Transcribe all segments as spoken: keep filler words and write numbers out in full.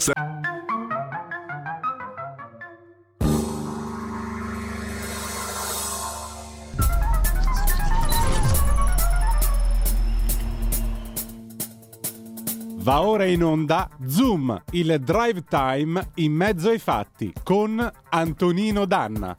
Va ora in onda Zoom, il drive time in mezzo ai fatti con Antonino Danna.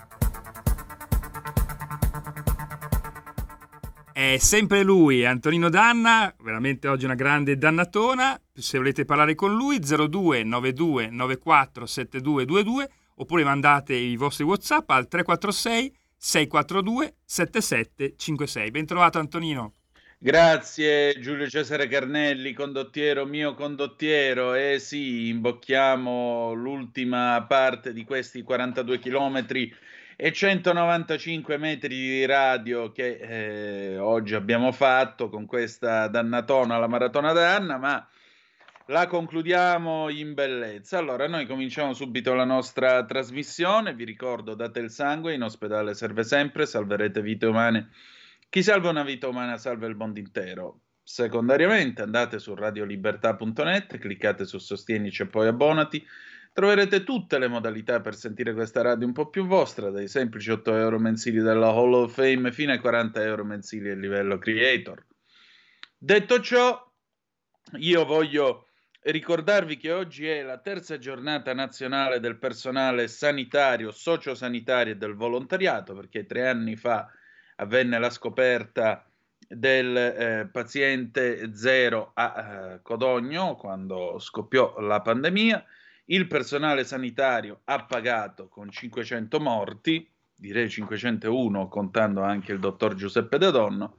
È sempre lui, Antonino Danna, veramente oggi una grande dannatona. Se volete parlare con lui zero due nove due nove quattro sette due due due oppure mandate i vostri WhatsApp al tre quattro sei sei quattro due sette sette cinque sei. Ben trovato Antonino. Grazie Giulio Cesare Carnelli, condottiero mio condottiero. Eh sì, imbocchiamo l'ultima parte di questi quarantadue chilometri e centonovantacinque metri di radio che eh, oggi abbiamo fatto con questa dannatona, la Maratona Danna, ma la concludiamo in bellezza. Allora, noi cominciamo subito la nostra trasmissione. Vi ricordo, date il sangue, in ospedale serve sempre, salverete vite umane. Chi salva una vita umana salva il mondo intero. Secondariamente andate su radiolibertà punto net, cliccate su Sostienici e poi abbonati. Troverete tutte le modalità per sentire questa radio un po' più vostra, dai semplici otto euro mensili della Hall of Fame fino ai quaranta euro mensili a livello creator. Detto ciò, io voglio ricordarvi che oggi è la terza giornata nazionale del personale sanitario, sociosanitario e del volontariato, perché tre anni fa avvenne la scoperta del eh, paziente zero a eh, Codogno, quando scoppiò la pandemia. Il personale sanitario ha pagato con cinquecento morti, direi cinquecentouno contando anche il dottor Giuseppe De Donno,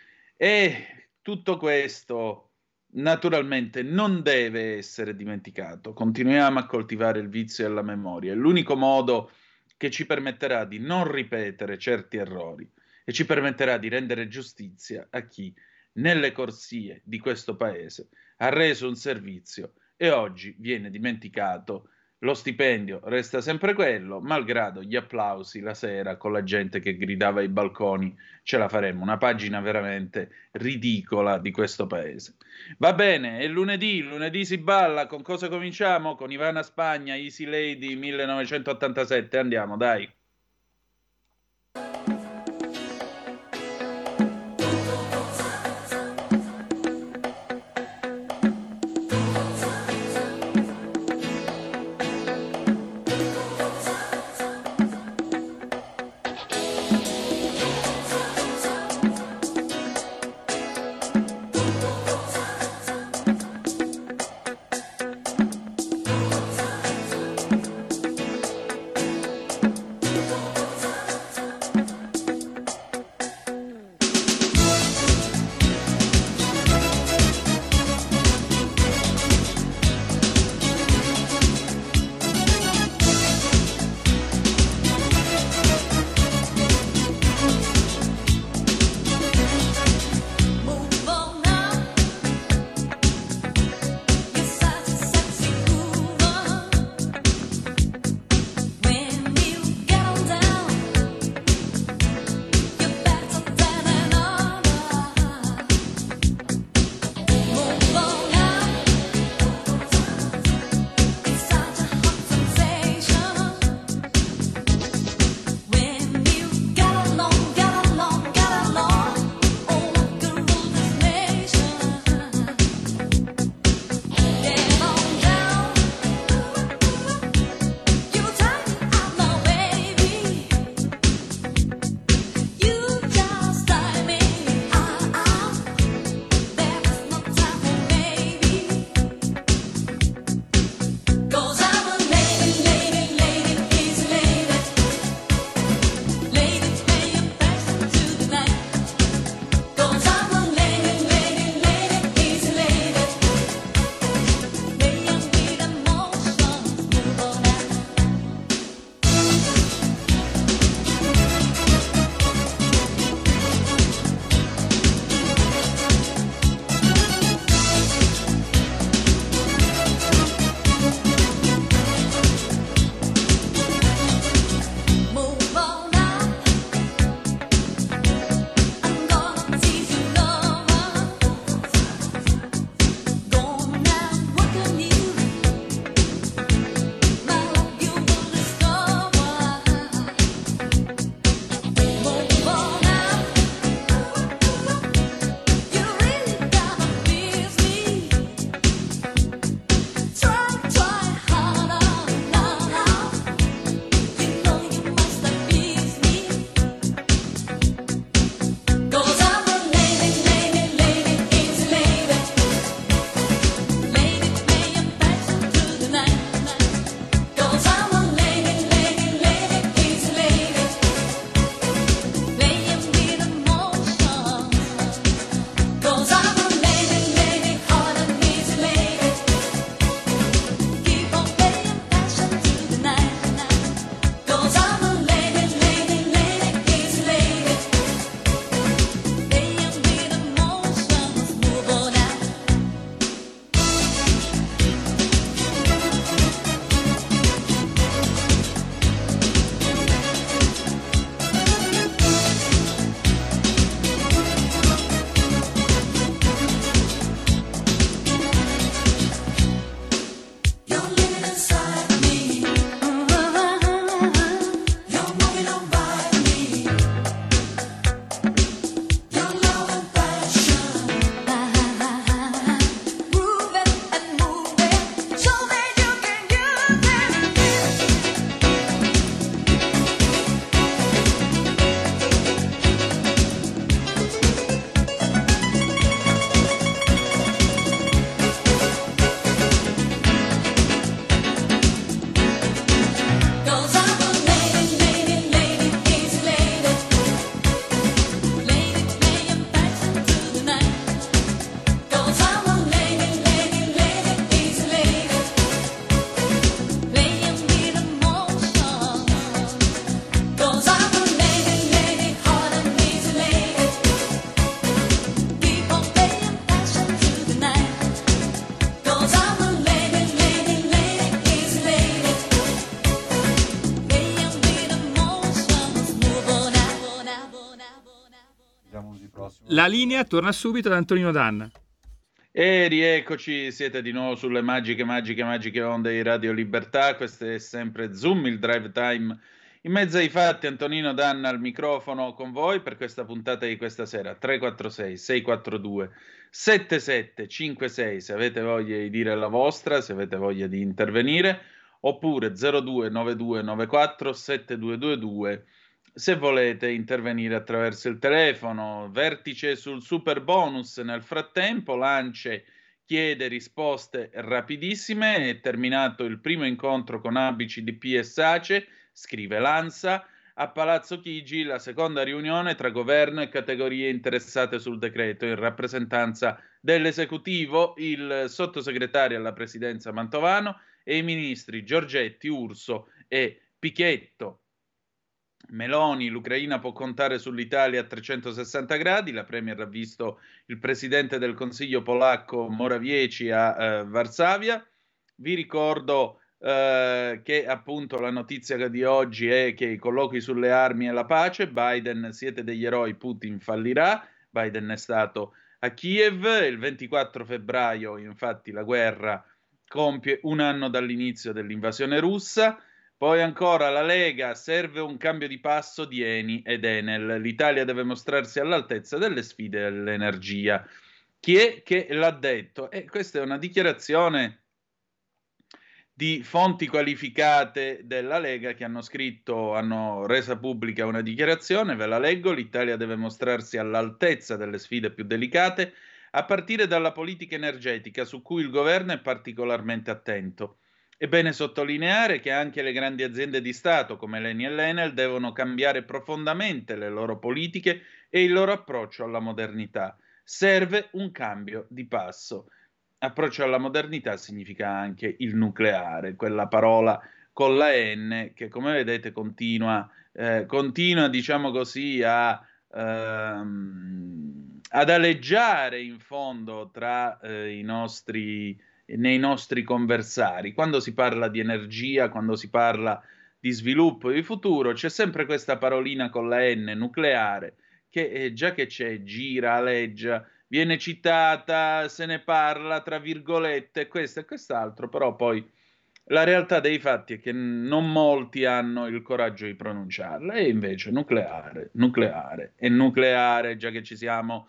e tutto questo naturalmente non deve essere dimenticato. Continuiamo a coltivare il vizio e la memoria, è l'unico modo che ci permetterà di non ripetere certi errori e ci permetterà di rendere giustizia a chi nelle corsie di questo paese ha reso un servizio e oggi viene dimenticato. Lo stipendio resta sempre quello, malgrado gli applausi la sera con la gente che gridava ai balconi. Ce la faremo, una pagina veramente ridicola di questo paese. Va bene, è lunedì, lunedì si balla. Con cosa cominciamo? Con Ivana Spagna, Easy Lady millenovecentottantasette, andiamo dai. La linea torna subito ad Antonino Danna. E rieccoci, siete di nuovo sulle magiche, magiche, magiche onde di Radio Libertà. Questo è sempre Zoom, il drive time in mezzo ai fatti. Antonino Danna al microfono con voi per questa puntata di questa sera. tre quattro sei sei quattro due sette sette cinque sei se avete voglia di dire la vostra, se avete voglia di intervenire, oppure zero due nove due nove quattro sette due due due se volete intervenire attraverso il telefono. Vertice sul super bonus nel frattempo, Lance chiede risposte rapidissime. È terminato il primo incontro con A B C D P e SACE, scrive Lanza. A Palazzo Chigi la seconda riunione tra governo e categorie interessate sul decreto, in rappresentanza dell'esecutivo, il sottosegretario alla presidenza Mantovano e i ministri Giorgetti, Urso e Pichetto. Meloni, l'Ucraina può contare sull'Italia a trecentosessanta gradi. La Premier ha visto il presidente del Consiglio polacco Morawiecki a eh, Varsavia. Vi ricordo eh, che appunto la notizia di oggi è che i colloqui sulle armi e la pace, Biden, siete degli eroi, Putin fallirà. Biden è stato a Kiev il ventiquattro febbraio, infatti la guerra compie un anno dall'inizio dell'invasione russa. Poi ancora la Lega, serve un cambio di passo di Eni ed Enel. L'Italia deve mostrarsi all'altezza delle sfide dell'energia. Chi è che l'ha detto? E questa è una dichiarazione di fonti qualificate della Lega che hanno scritto, hanno resa pubblica una dichiarazione, ve la leggo: l'Italia deve mostrarsi all'altezza delle sfide più delicate, a partire dalla politica energetica, su cui il governo è particolarmente attento. È bene sottolineare che anche le grandi aziende di Stato come l'Eni e l'Enel devono cambiare profondamente le loro politiche e il loro approccio alla modernità. Serve un cambio di passo. Approccio alla modernità significa anche il nucleare, quella parola con la N che, come vedete, continua, eh, continua diciamo così, a, ehm, ad aleggiare in fondo tra eh, i nostri... nei nostri conversari. Quando si parla di energia, quando si parla di sviluppo e di futuro, c'è sempre questa parolina con la N, nucleare, che eh, già che c'è, gira, aleggia, viene citata, se ne parla tra virgolette, questo e quest'altro, però poi la realtà dei fatti è che non molti hanno il coraggio di pronunciarla, e invece nucleare, nucleare e nucleare, già che ci siamo.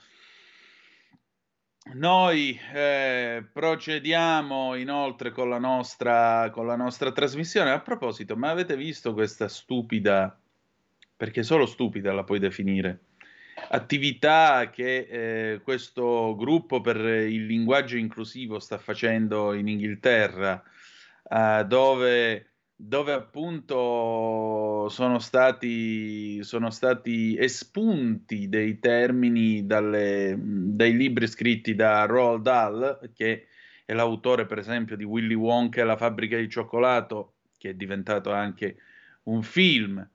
Noi eh, procediamo inoltre con la nostra, con la nostra trasmissione. A proposito, ma avete visto questa stupida, perché solo stupida la puoi definire, attività che eh, questo gruppo per il linguaggio inclusivo sta facendo in Inghilterra, eh, dove dove appunto sono stati, sono stati espunti dei termini dalle, dai libri scritti da Roald Dahl, che è l'autore per esempio di Willy Wonka e la fabbrica di cioccolato, che è diventato anche un film.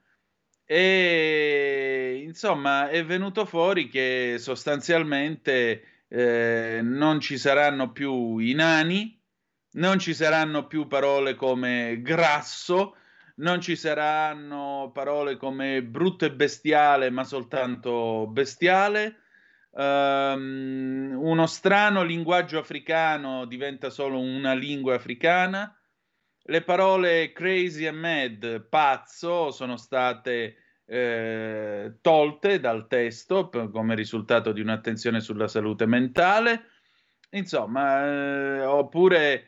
E insomma è venuto fuori che sostanzialmente eh, non ci saranno più i nani, non ci saranno più parole come grasso, non ci saranno parole come brutto e bestiale, ma soltanto bestiale. Um, uno strano linguaggio africano diventa solo una lingua africana. Le parole crazy e mad, pazzo, sono state eh, tolte dal testo come risultato di un'attenzione sulla salute mentale. Insomma, eh, oppure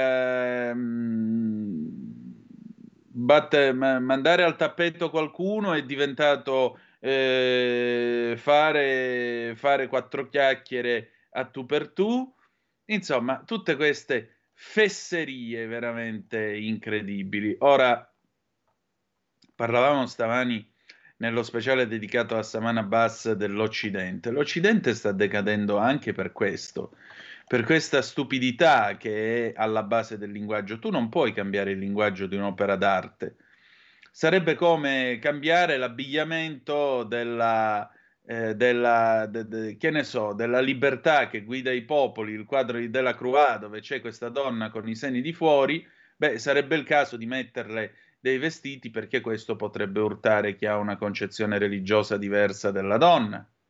ehm, batte, ma, mandare al tappeto qualcuno è diventato eh, fare, fare quattro chiacchiere a tu per tu. Insomma, tutte queste fesserie veramente incredibili. Ora, parlavamo stamani nello speciale dedicato a Saman Abbas dell'Occidente. L'Occidente sta decadendo anche per questo, per questa stupidità che è alla base del linguaggio. Tu non puoi cambiare il linguaggio di un'opera d'arte. Sarebbe come cambiare l'abbigliamento della, eh, della de, de, che ne so, della libertà che guida i popoli, il quadro di Delacroix, dove c'è questa donna con i seni di fuori. Beh, sarebbe il caso di metterle dei vestiti, perché questo potrebbe urtare chi ha una concezione religiosa diversa della donna.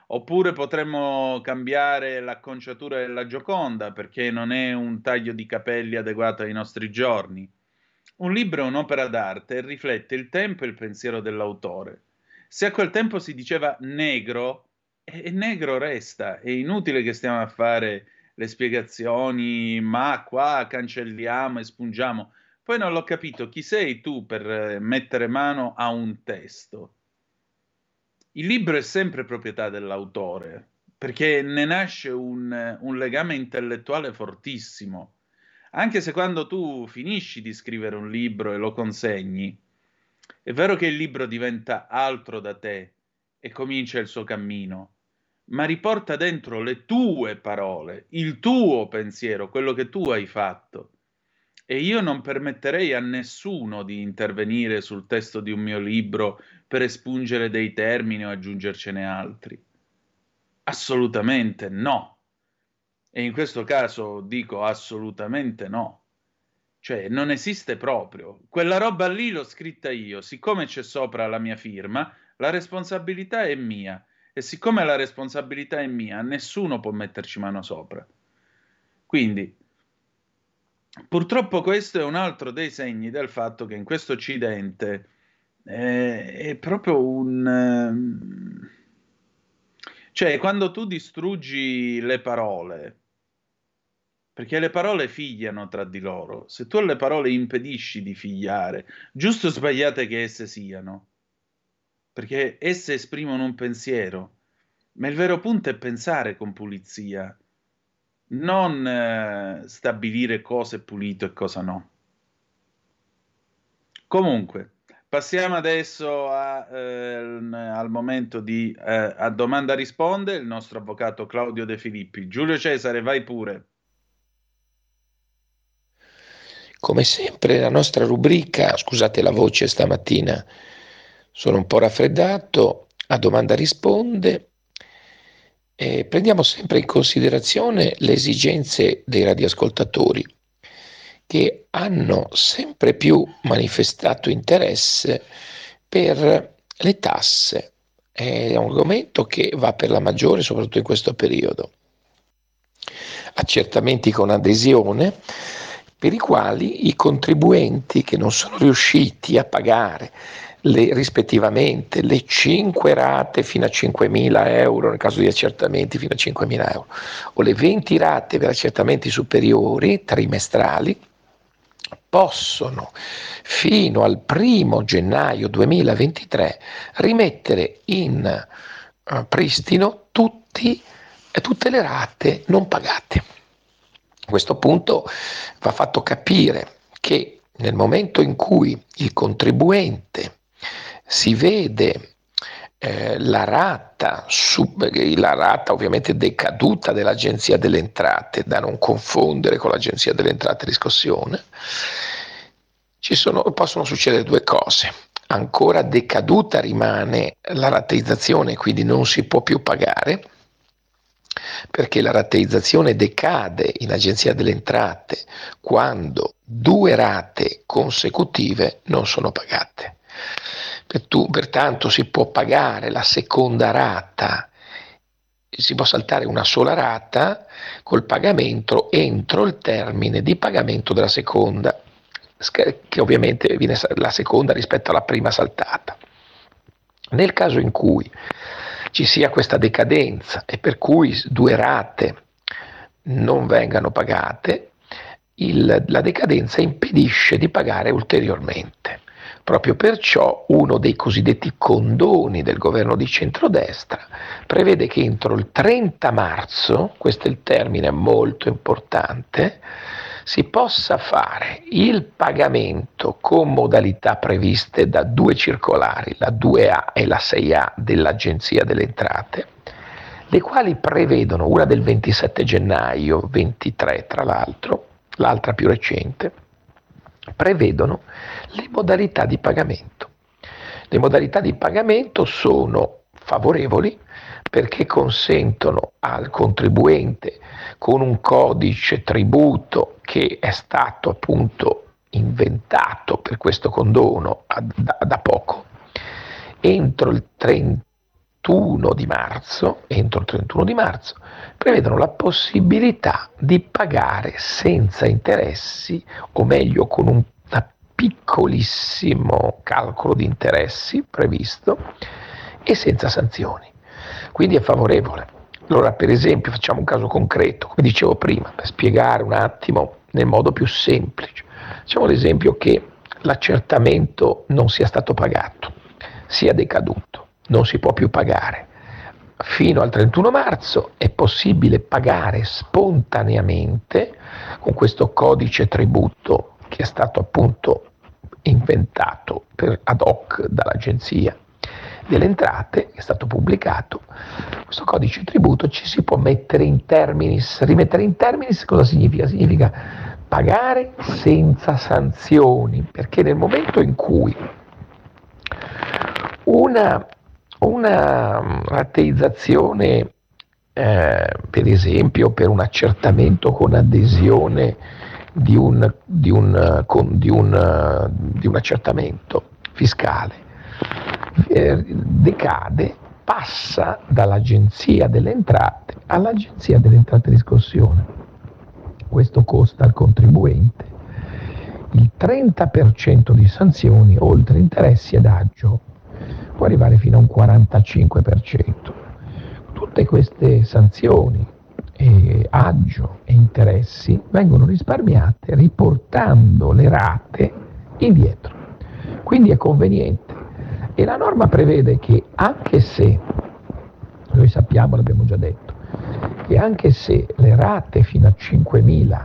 Oppure potremmo cambiare l'acconciatura della Gioconda perché non è un taglio di capelli adeguato ai nostri giorni. Un libro è un'opera d'arte e riflette il tempo e il pensiero dell'autore. Se a quel tempo si diceva negro, e negro resta. È inutile che stiamo a fare le spiegazioni, ma qua cancelliamo, espungiamo. Poi non l'ho capito, chi sei tu per mettere mano a un testo? Il libro è sempre proprietà dell'autore, perché ne nasce un, un legame intellettuale fortissimo. Anche se quando tu finisci di scrivere un libro e lo consegni, è vero che il libro diventa altro da te e comincia il suo cammino, ma riporta dentro le tue parole, il tuo pensiero, quello che tu hai fatto. E io non permetterei a nessuno di intervenire sul testo di un mio libro per espungere dei termini o aggiungercene altri. Assolutamente no. E in questo caso dico assolutamente no. Cioè, non esiste proprio. Quella roba lì l'ho scritta io. Siccome c'è sopra la mia firma, la responsabilità è mia. E siccome la responsabilità è mia, nessuno può metterci mano sopra. Quindi, purtroppo questo è un altro dei segni del fatto che in questo Occidente eh, è proprio un... Eh, cioè, quando tu distruggi le parole, perché le parole figliano tra di loro, se tu alle parole impedisci di figliare, giusto o sbagliate che esse siano, perché esse esprimono un pensiero, ma il vero punto è pensare con pulizia, non eh, stabilire cosa è pulito e cosa no. Comunque, passiamo adesso a, eh, al momento di eh, a domanda risponde il nostro avvocato Claudio De Filippi. Giulio Cesare, vai pure. Come sempre la nostra rubrica, scusate la voce stamattina, sono un po' raffreddato, a domanda risponde. E prendiamo sempre in considerazione le esigenze dei radioascoltatori che hanno sempre più manifestato interesse per le tasse. È un argomento che va per la maggiore, soprattutto in questo periodo. Accertamenti con adesione per i quali i contribuenti che non sono riusciti a pagare le, rispettivamente le cinque rate fino a cinquemila euro nel caso di accertamenti fino a cinquemila euro o le venti rate per accertamenti superiori trimestrali possono fino al primo gennaio duemilaventitré rimettere in uh, pristino tutti, tutte le rate non pagate. A questo punto va fatto capire che nel momento in cui il contribuente si vede eh, la rata, sub, la rata ovviamente decaduta dell'Agenzia delle Entrate, da non confondere con l'Agenzia delle Entrate e Riscossione, ci sono, possono succedere due cose. Ancora decaduta rimane la rateizzazione, quindi non si può più pagare, perché la rateizzazione decade in Agenzia delle Entrate quando due rate consecutive non sono pagate. Per tu, pertanto si può pagare la seconda rata, si può saltare una sola rata col pagamento entro il termine di pagamento della seconda, che ovviamente viene la seconda rispetto alla prima saltata. Nel caso in cui ci sia questa decadenza e per cui due rate non vengano pagate, il, la decadenza impedisce di pagare ulteriormente. Proprio perciò uno dei cosiddetti condoni del governo di centrodestra prevede che entro il trenta marzo, questo è il termine molto importante, si possa fare il pagamento con modalità previste da due circolari, la due A e la sei A dell'Agenzia delle Entrate, le quali prevedono, una del ventisette gennaio ventitré tra l'altro, l'altra più recente, prevedono le modalità di pagamento. Le modalità di pagamento sono favorevoli perché consentono al contribuente con un codice tributo che è stato appunto inventato per questo condono da, da poco, entro il trenta trentuno di marzo, entro il trentuno di marzo, prevedono la possibilità di pagare senza interessi, o meglio con un piccolissimo calcolo di interessi previsto e senza sanzioni. Quindi è favorevole. Allora, per esempio, facciamo un caso concreto, come dicevo prima, per spiegare un attimo nel modo più semplice. Facciamo l'esempio che l'accertamento non sia stato pagato, sia decaduto, non si può più pagare. Fino al trentuno marzo è possibile pagare spontaneamente con questo codice tributo che è stato appunto inventato per ad hoc dall'Agenzia delle Entrate, che è stato pubblicato. Questo codice tributo ci si può mettere in terminis. Rimettere in terminis cosa significa? Significa pagare senza sanzioni, perché nel momento in cui una, una rateizzazione, eh, per esempio per un accertamento con adesione di un, di un, con, di un, di un accertamento fiscale, eh, decade, passa dall'Agenzia delle Entrate all'Agenzia delle Entrate riscossione. Questo costa al contribuente il trenta per cento di sanzioni oltre interessi ed aggio, può arrivare fino a un quarantacinque per cento. Tutte queste sanzioni, e aggio e interessi vengono risparmiate riportando le rate indietro. Quindi è conveniente. E la norma prevede che anche se, noi sappiamo, l'abbiamo già detto, che anche se le rate fino a cinquemila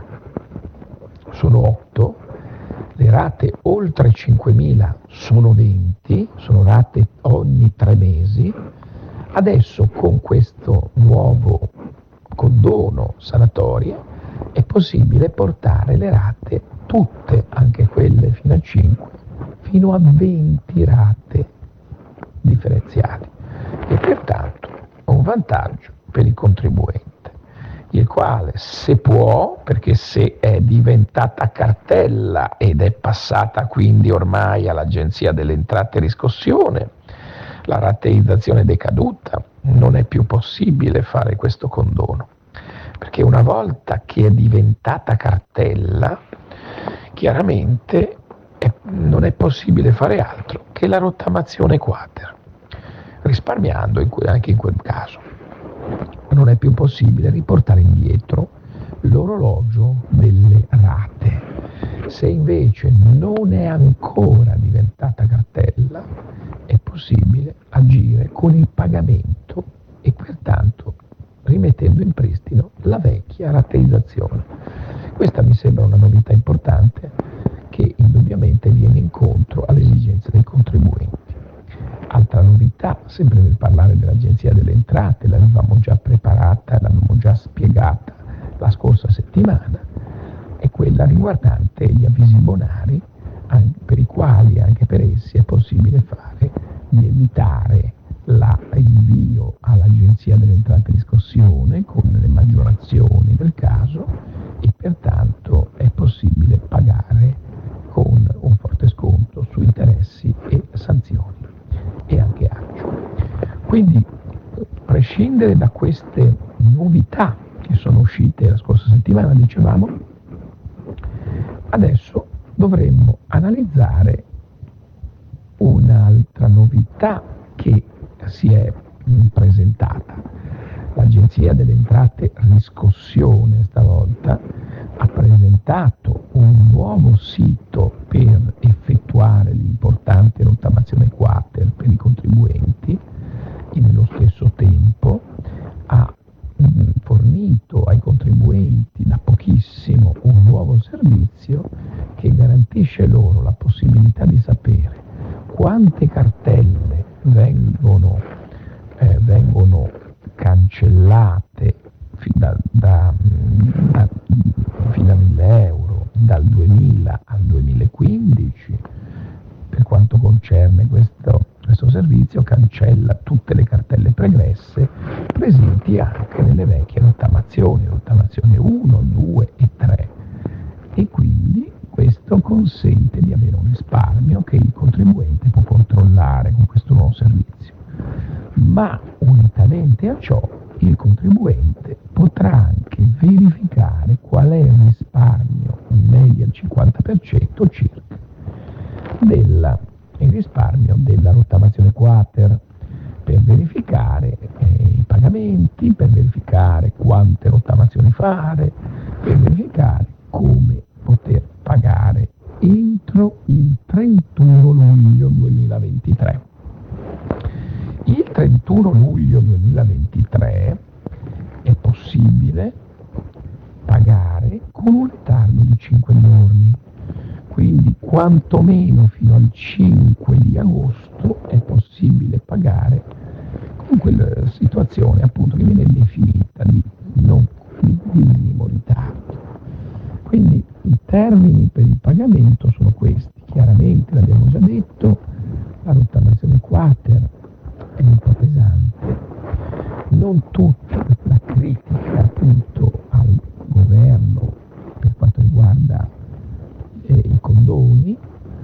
sono otto, le rate oltre cinquemila sono venti, sono rate ogni tre mesi, adesso con questo nuovo condono sanatoria è possibile portare le rate tutte, anche quelle fino a cinque, fino a venti rate differenziali, e pertanto è un vantaggio per il contribuente, il quale, se può, perché se è diventata cartella ed è passata quindi ormai all'Agenzia delle Entrate e riscossione, la rateizzazione è decaduta, non è più possibile fare questo condono, perché una volta che è diventata cartella, chiaramente è, non è possibile fare altro che la rottamazione quater, risparmiando in que- anche in quel caso. Non è più possibile riportare indietro l'orologio delle rate. Se invece non è ancora diventata cartella, è possibile agire con il pagamento e pertanto rimettendo in pristino la vecchia rateizzazione. Questa mi sembra una novità importante che indubbiamente viene incontro alle esigenze dei contribuenti. Altra novità, sempre nel parlare dell'Agenzia delle Entrate, l'avevamo già preparata, l'avevamo già spiegata la scorsa settimana, è quella riguardante gli avvisi bonari, per i quali anche per essi è possibile fare di evitare la, l'invio all'Agenzia delle Entrate e riscossione con le maggiorazioni del caso, e pertanto è possibile pagare con un forte sconto su interessi e sanzioni e anche aggio. Quindi, prescindere da queste novità che sono uscite la scorsa settimana, dicevamo, adesso dovremmo analizzare un'altra novità che si è presentata. L'Agenzia delle Entrate riscossione stavolta ha presentato un nuovo sito per effettuare l'importante rottamazione quater per i contribuenti e nello stesso tempo ha mh, fornito ai contribuenti da pochissimo un nuovo servizio che garantisce loro la possibilità di sapere quante cartelle vengono, eh, vengono cancellate da, da, da, fino a mille euro dal duemila al duemilaquindici. Per quanto concerne questo, questo servizio, cancella tutte le cartelle pregresse presenti anche nelle vecchie rottamazioni, rottamazione uno, due e tre, e quindi questo consente di avere un risparmio che il contribuente può controllare con questo nuovo servizio. ma unitamente a ciò il contribuente potrà anche verificare qual è il risparmio, in media il cinquanta per cento circa, del risparmio della rottamazione quater, per verificare eh, i pagamenti, per verificare quante rottamazioni fare, per verificare come poter pagare entro il trentuno luglio duemilaventitré. Il trentuno luglio duemilaventitré è possibile pagare con un ritardo di cinque giorni, quindi quantomeno fino al cinque di agosto è possibile pagare con quella situazione appunto che viene definita di, non, di, di minimo ritardo. Quindi i termini per il pagamento sono questi, chiaramente l'abbiamo già detto, la rottamazione quater è un po' pesante, non tutta la critica appunto al governo per quanto riguarda eh, i condoni,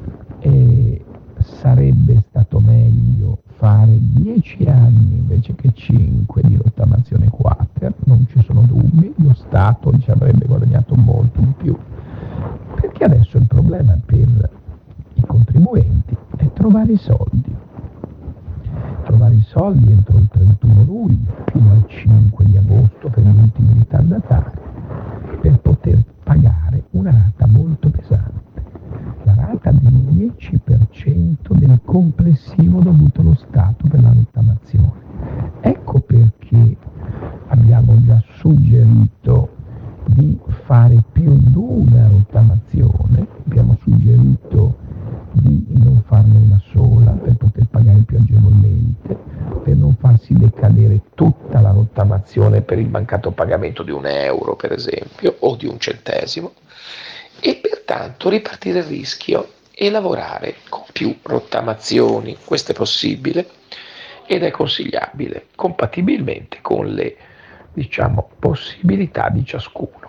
e sarebbe stato meglio fare dieci anni invece che cinque di rottamazione quater, non ci sono dubbi, lo Stato ci avrebbe guadagnato molto di più, perché adesso il problema per i contribuenti è trovare i soldi. Trovare i soldi entro il trentuno luglio fino al cinque di agosto per gli ultimi ritardatari, per poter pagare una rata molto pesante, la rata del dieci per cento del complessivo dovuto allo Stato per la rottamazione. Ecco perché abbiamo già suggerito di fare più di una rottamazione, abbiamo suggerito di non farne una sola per poter pagare più agevolmente, per non farsi decadere tutta la rottamazione per il mancato pagamento di un euro per esempio o di un centesimo, e pertanto ripartire il rischio e lavorare con più rottamazioni. Questo è possibile ed è consigliabile compatibilmente con le, diciamo, possibilità di ciascuno.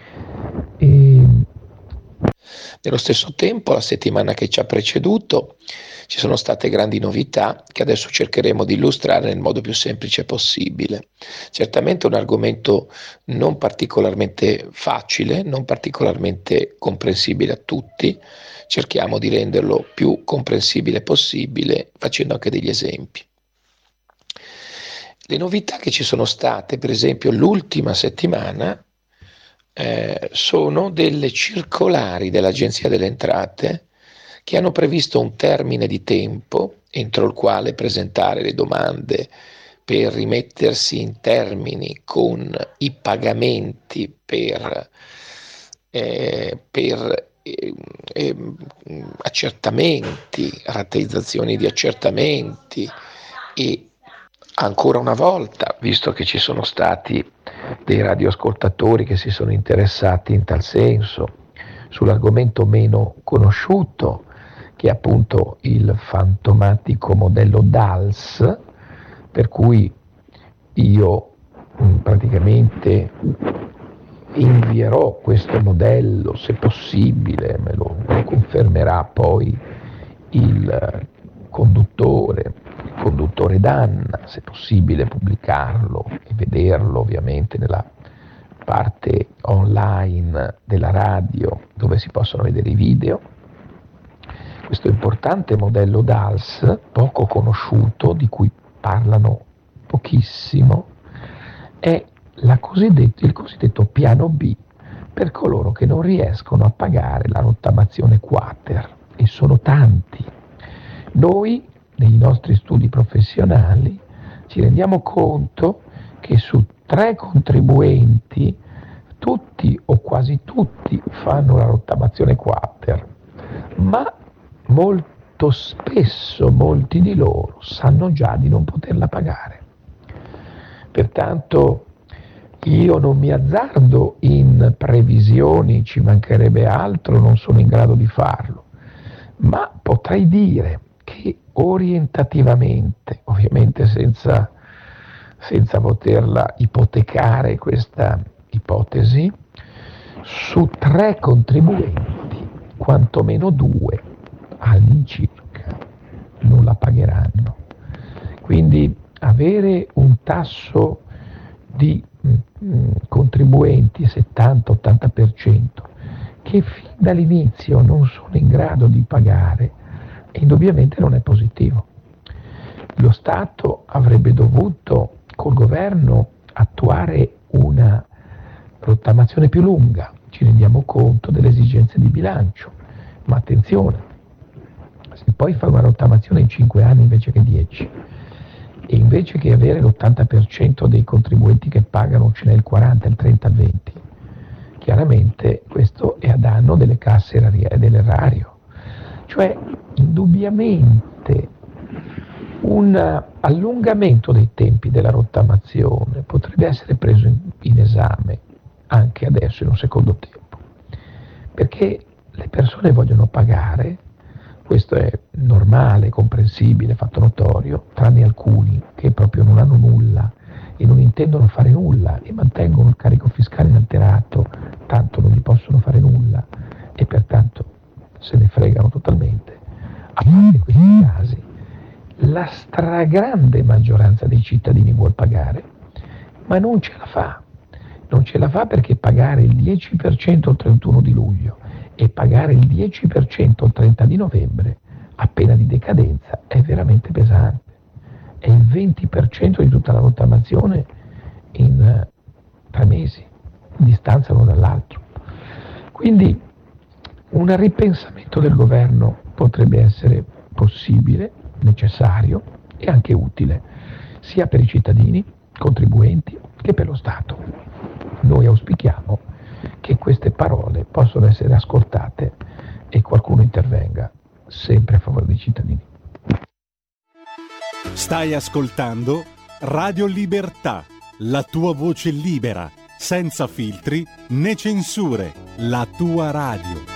E nello stesso tempo, la settimana che ci ha preceduto, ci sono state grandi novità che adesso cercheremo di illustrare nel modo più semplice possibile. Certamente un argomento non particolarmente facile, non particolarmente comprensibile a tutti, cerchiamo di renderlo più comprensibile possibile facendo anche degli esempi. Le novità che ci sono state, per esempio l'ultima settimana, Eh, sono delle circolari dell'Agenzia delle Entrate che hanno previsto un termine di tempo entro il quale presentare le domande per rimettersi in termini con i pagamenti per, eh, per eh, eh, accertamenti, rateizzazioni di accertamenti, e ancora una volta, visto che ci sono stati dei radioascoltatori che si sono interessati in tal senso, sull'argomento meno conosciuto, che è appunto il fantomatico modello D A L S, per cui io mh, praticamente invierò questo modello, se possibile, me lo, me lo confermerà poi il conduttore, il conduttore Danna, se possibile pubblicarlo e vederlo ovviamente nella parte online della radio dove si possono vedere i video. Questo importante modello D A L S, poco conosciuto, di cui parlano pochissimo, è la cosiddetta, il cosiddetto piano B per coloro che non riescono a pagare la rottamazione quater, e sono tanti. Noi, nei nostri studi professionali, ci rendiamo conto che su tre contribuenti, tutti o quasi tutti fanno la rottamazione quater, ma molto spesso molti di loro sanno già di non poterla pagare. Pertanto io non mi azzardo in previsioni, ci mancherebbe altro, non sono in grado di farlo, ma potrei dire che orientativamente, ovviamente senza, senza poterla ipotecare questa ipotesi, su tre contribuenti, quantomeno due all'incirca non la pagheranno. Quindi avere un tasso di mh, contribuenti settanta ottanta per cento che fin dall'inizio non sono in grado di pagare, indubbiamente non è positivo. Lo Stato avrebbe dovuto col governo attuare una rottamazione più lunga, ci rendiamo conto delle esigenze di bilancio, ma attenzione, se poi fa una rottamazione in cinque anni invece che dieci, e invece che avere l'ottanta per cento dei contribuenti che pagano ce n'è il quaranta, il trenta, il venti, chiaramente questo è a danno delle casse e dell'erario. Cioè, indubbiamente, un allungamento dei tempi della rottamazione potrebbe essere preso in, in esame anche adesso in un secondo tempo, perché le persone vogliono pagare, questo è normale, comprensibile, fatto notorio, tranne alcuni che proprio non hanno nulla e non intendono fare nulla e mantengono il carico fiscale inalterato, tanto non gli possono fare nulla e pertanto se ne fregano totalmente. A parte questi casi, la stragrande maggioranza dei cittadini vuol pagare, ma non ce la fa. Non ce la fa perché pagare il dieci per cento il trentuno di luglio e pagare il dieci per cento il trenta di novembre, a pena di decadenza, è veramente pesante. È il venti per cento di tutta la rottamazione in uh, tre mesi, in distanza l'uno dall'altro. Quindi un ripensamento del governo potrebbe essere possibile, necessario e anche utile, sia per i cittadini, contribuenti, che per lo Stato. Noi auspichiamo che queste parole possano essere ascoltate e qualcuno intervenga sempre a favore dei cittadini. Stai ascoltando Radio Libertà, la tua voce libera, senza filtri né censure, la tua radio.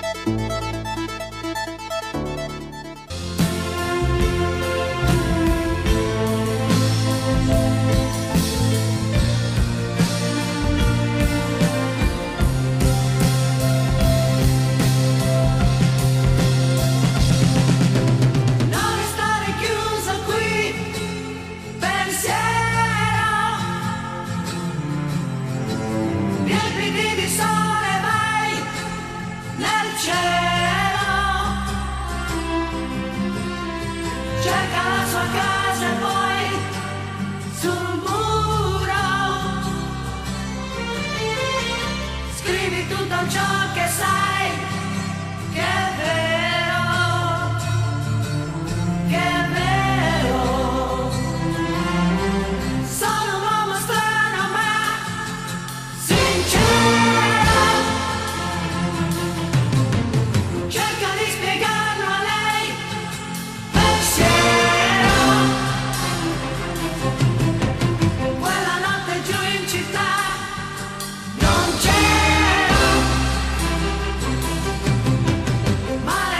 Ma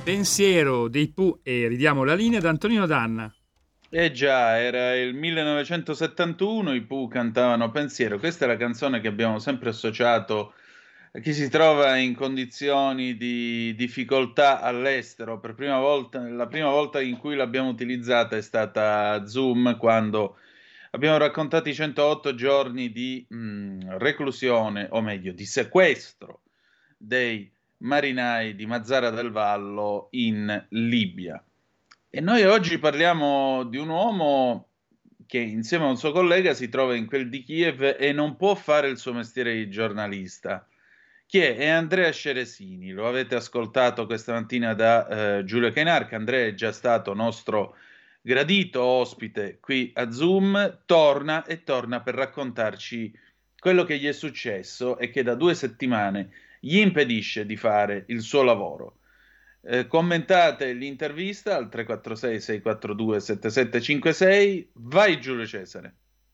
Pensiero dei Pooh, e ridiamo la linea ad Antonino Danna. Eh già, era il millenovecentosettantuno, i Pooh cantavano Pensiero. Questa è la canzone che abbiamo sempre associato a chi si trova in condizioni di difficoltà all'estero. Per prima volta, la prima volta in cui l'abbiamo utilizzata è stata a Zoom, quando abbiamo raccontato i centootto giorni di mh, reclusione, o meglio, di sequestro dei marinai di Mazara del Vallo in Libia. E noi oggi parliamo di un uomo che insieme a un suo collega si trova in quel di Kiev e non può fare il suo mestiere di giornalista. Chi è? È Andrea Ceresini. Lo avete ascoltato questa mattina da eh, Giulio Cainarca. Andrea è già stato nostro gradito ospite qui a Zoom. Torna e torna per raccontarci quello che gli è successo e che da due settimane gli impedisce di fare il suo lavoro. Eh, commentate l'intervista al tre quattro sei sei quattro due sette sette cinque sei. Vai Giulio Cesare.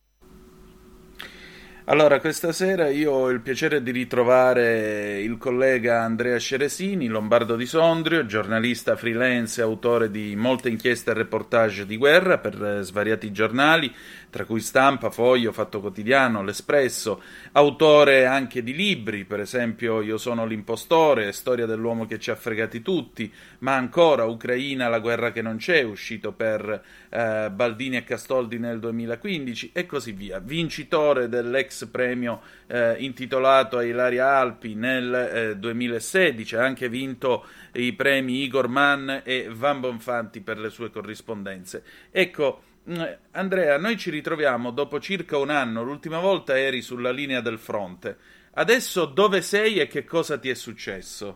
Allora, questa sera io ho il piacere di ritrovare il collega Andrea Ceresini, lombardo di Sondrio, giornalista freelance e autore di molte inchieste e reportage di guerra per svariati giornali, tra cui Stampa, Foglio, Fatto Quotidiano, L'Espresso, autore anche di libri, per esempio Io sono l'impostore, Storia dell'uomo che ci ha fregati tutti, ma ancora Ucraina, la guerra che non c'è, uscito per eh, Baldini e Castoldi nel duemilaquindici e così via. Vincitore dell'ex premio eh, intitolato a Ilaria Alpi nel eh, duemilasedici, ha anche vinto i premi Igor Mann e Van Bonfanti per le sue corrispondenze. Ecco, Andrea, noi ci ritroviamo dopo circa un anno. L'ultima volta eri sulla linea del fronte. Adesso dove sei e che cosa ti è successo?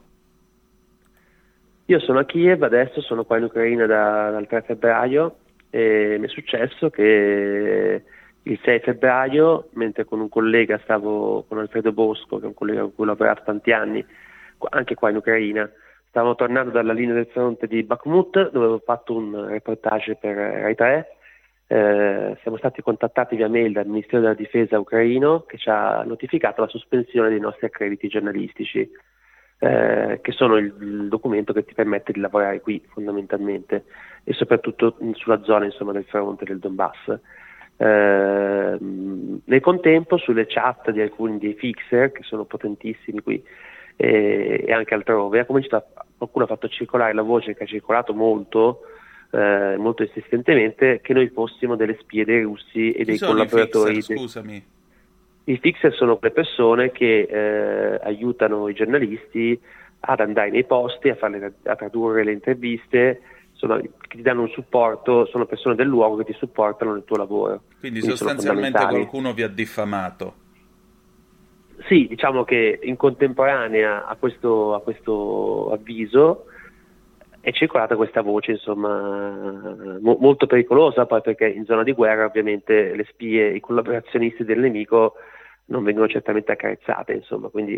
Io sono a Kiev, adesso sono qua in Ucraina da, dal tre febbraio e mi è successo che il sei febbraio, mentre con un collega stavo, con Alfredo Bosco, che è un collega con cui ho lavorato tanti anni, anche qua in Ucraina, stavo tornando dalla linea del fronte di Bakhmut, dove avevo fatto un reportage per Rai tre. Eh, siamo stati contattati via mail dal Ministero della Difesa ucraino, che ci ha notificato la sospensione dei nostri accrediti giornalistici, eh, che sono il, il documento che ti permette di lavorare qui fondamentalmente, e soprattutto sulla zona, insomma, del fronte del Donbass. Eh, nel contempo, sulle chat di alcuni dei fixer, che sono potentissimi qui e, e anche altrove, ha cominciato a, qualcuno ha fatto circolare la voce, che ha circolato molto Eh, molto insistentemente, che noi fossimo delle spie dei russi e Chi dei sono collaboratori. I fixer, scusami. I fixer sono quelle persone che eh, aiutano i giornalisti ad andare nei posti, a, farle, a tradurre le interviste, sono, che ti danno un supporto, sono persone del luogo che ti supportano nel tuo lavoro. Quindi, Quindi sostanzialmente qualcuno vi ha diffamato. Sì, diciamo che in contemporanea a questo, a questo avviso è circolata questa voce, insomma, mo- molto pericolosa, poi, perché in zona di guerra ovviamente le spie, i collaborazionisti del nemico non vengono certamente accarezzate, insomma, quindi,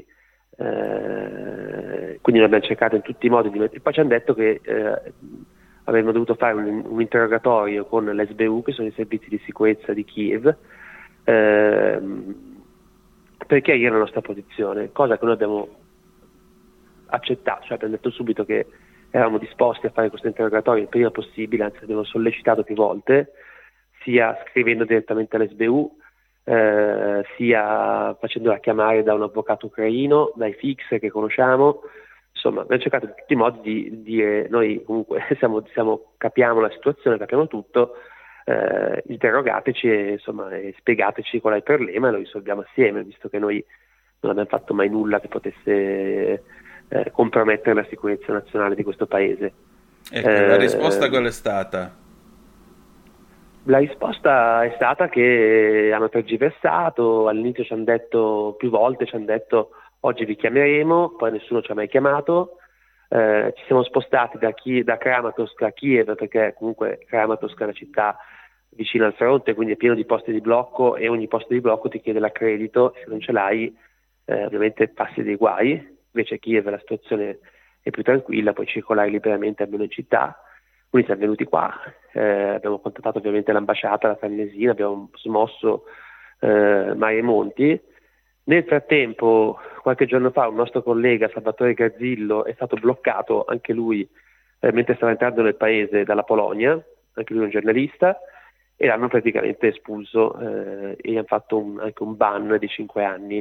eh, quindi noi abbiamo cercato in tutti i modi di mettere. Poi ci hanno detto che eh, avremmo dovuto fare un, un interrogatorio con l'S B U, che sono i servizi di sicurezza di Kiev, eh, per chiarire la nostra posizione, cosa che noi abbiamo accettato, cioè abbiamo detto subito che eravamo disposti a fare questo interrogatorio il prima possibile, anzi abbiamo sollecitato più volte, sia scrivendo direttamente all'S B U, eh, sia facendola chiamare da un avvocato ucraino, dai fixer che conosciamo. Insomma, abbiamo cercato in tutti i modi di dire: noi comunque siamo, siamo, capiamo la situazione, capiamo tutto, eh, interrogateci e, insomma, e spiegateci qual è il problema e lo risolviamo assieme, visto che noi non abbiamo fatto mai nulla che potesse Eh, compromettere la sicurezza nazionale di questo paese. Ecco, eh, la risposta qual è stata? La risposta è stata che hanno tergiversato, all'inizio ci hanno detto più volte, ci hanno detto oggi vi chiameremo, poi nessuno ci ha mai chiamato, eh, ci siamo spostati da, Chi- da Kramatorsk a Kiev, perché comunque Kramatorsk è una città vicina al fronte, quindi è pieno di posti di blocco e ogni posto di blocco ti chiede l'accredito, se non ce l'hai eh, ovviamente passi dei guai. Invece a Kiev la situazione è più tranquilla, puoi circolare liberamente almeno in città. Quindi siamo venuti qua, eh, abbiamo contattato ovviamente l'ambasciata, la Farnesina, abbiamo smosso eh, mari e monti. Nel frattempo, qualche giorno fa, un nostro collega, Salvatore Garzillo, è stato bloccato anche lui eh, mentre stava entrando nel paese dalla Polonia, anche lui è un giornalista, e l'hanno praticamente espulso eh, e gli hanno fatto un, anche un ban di cinque anni.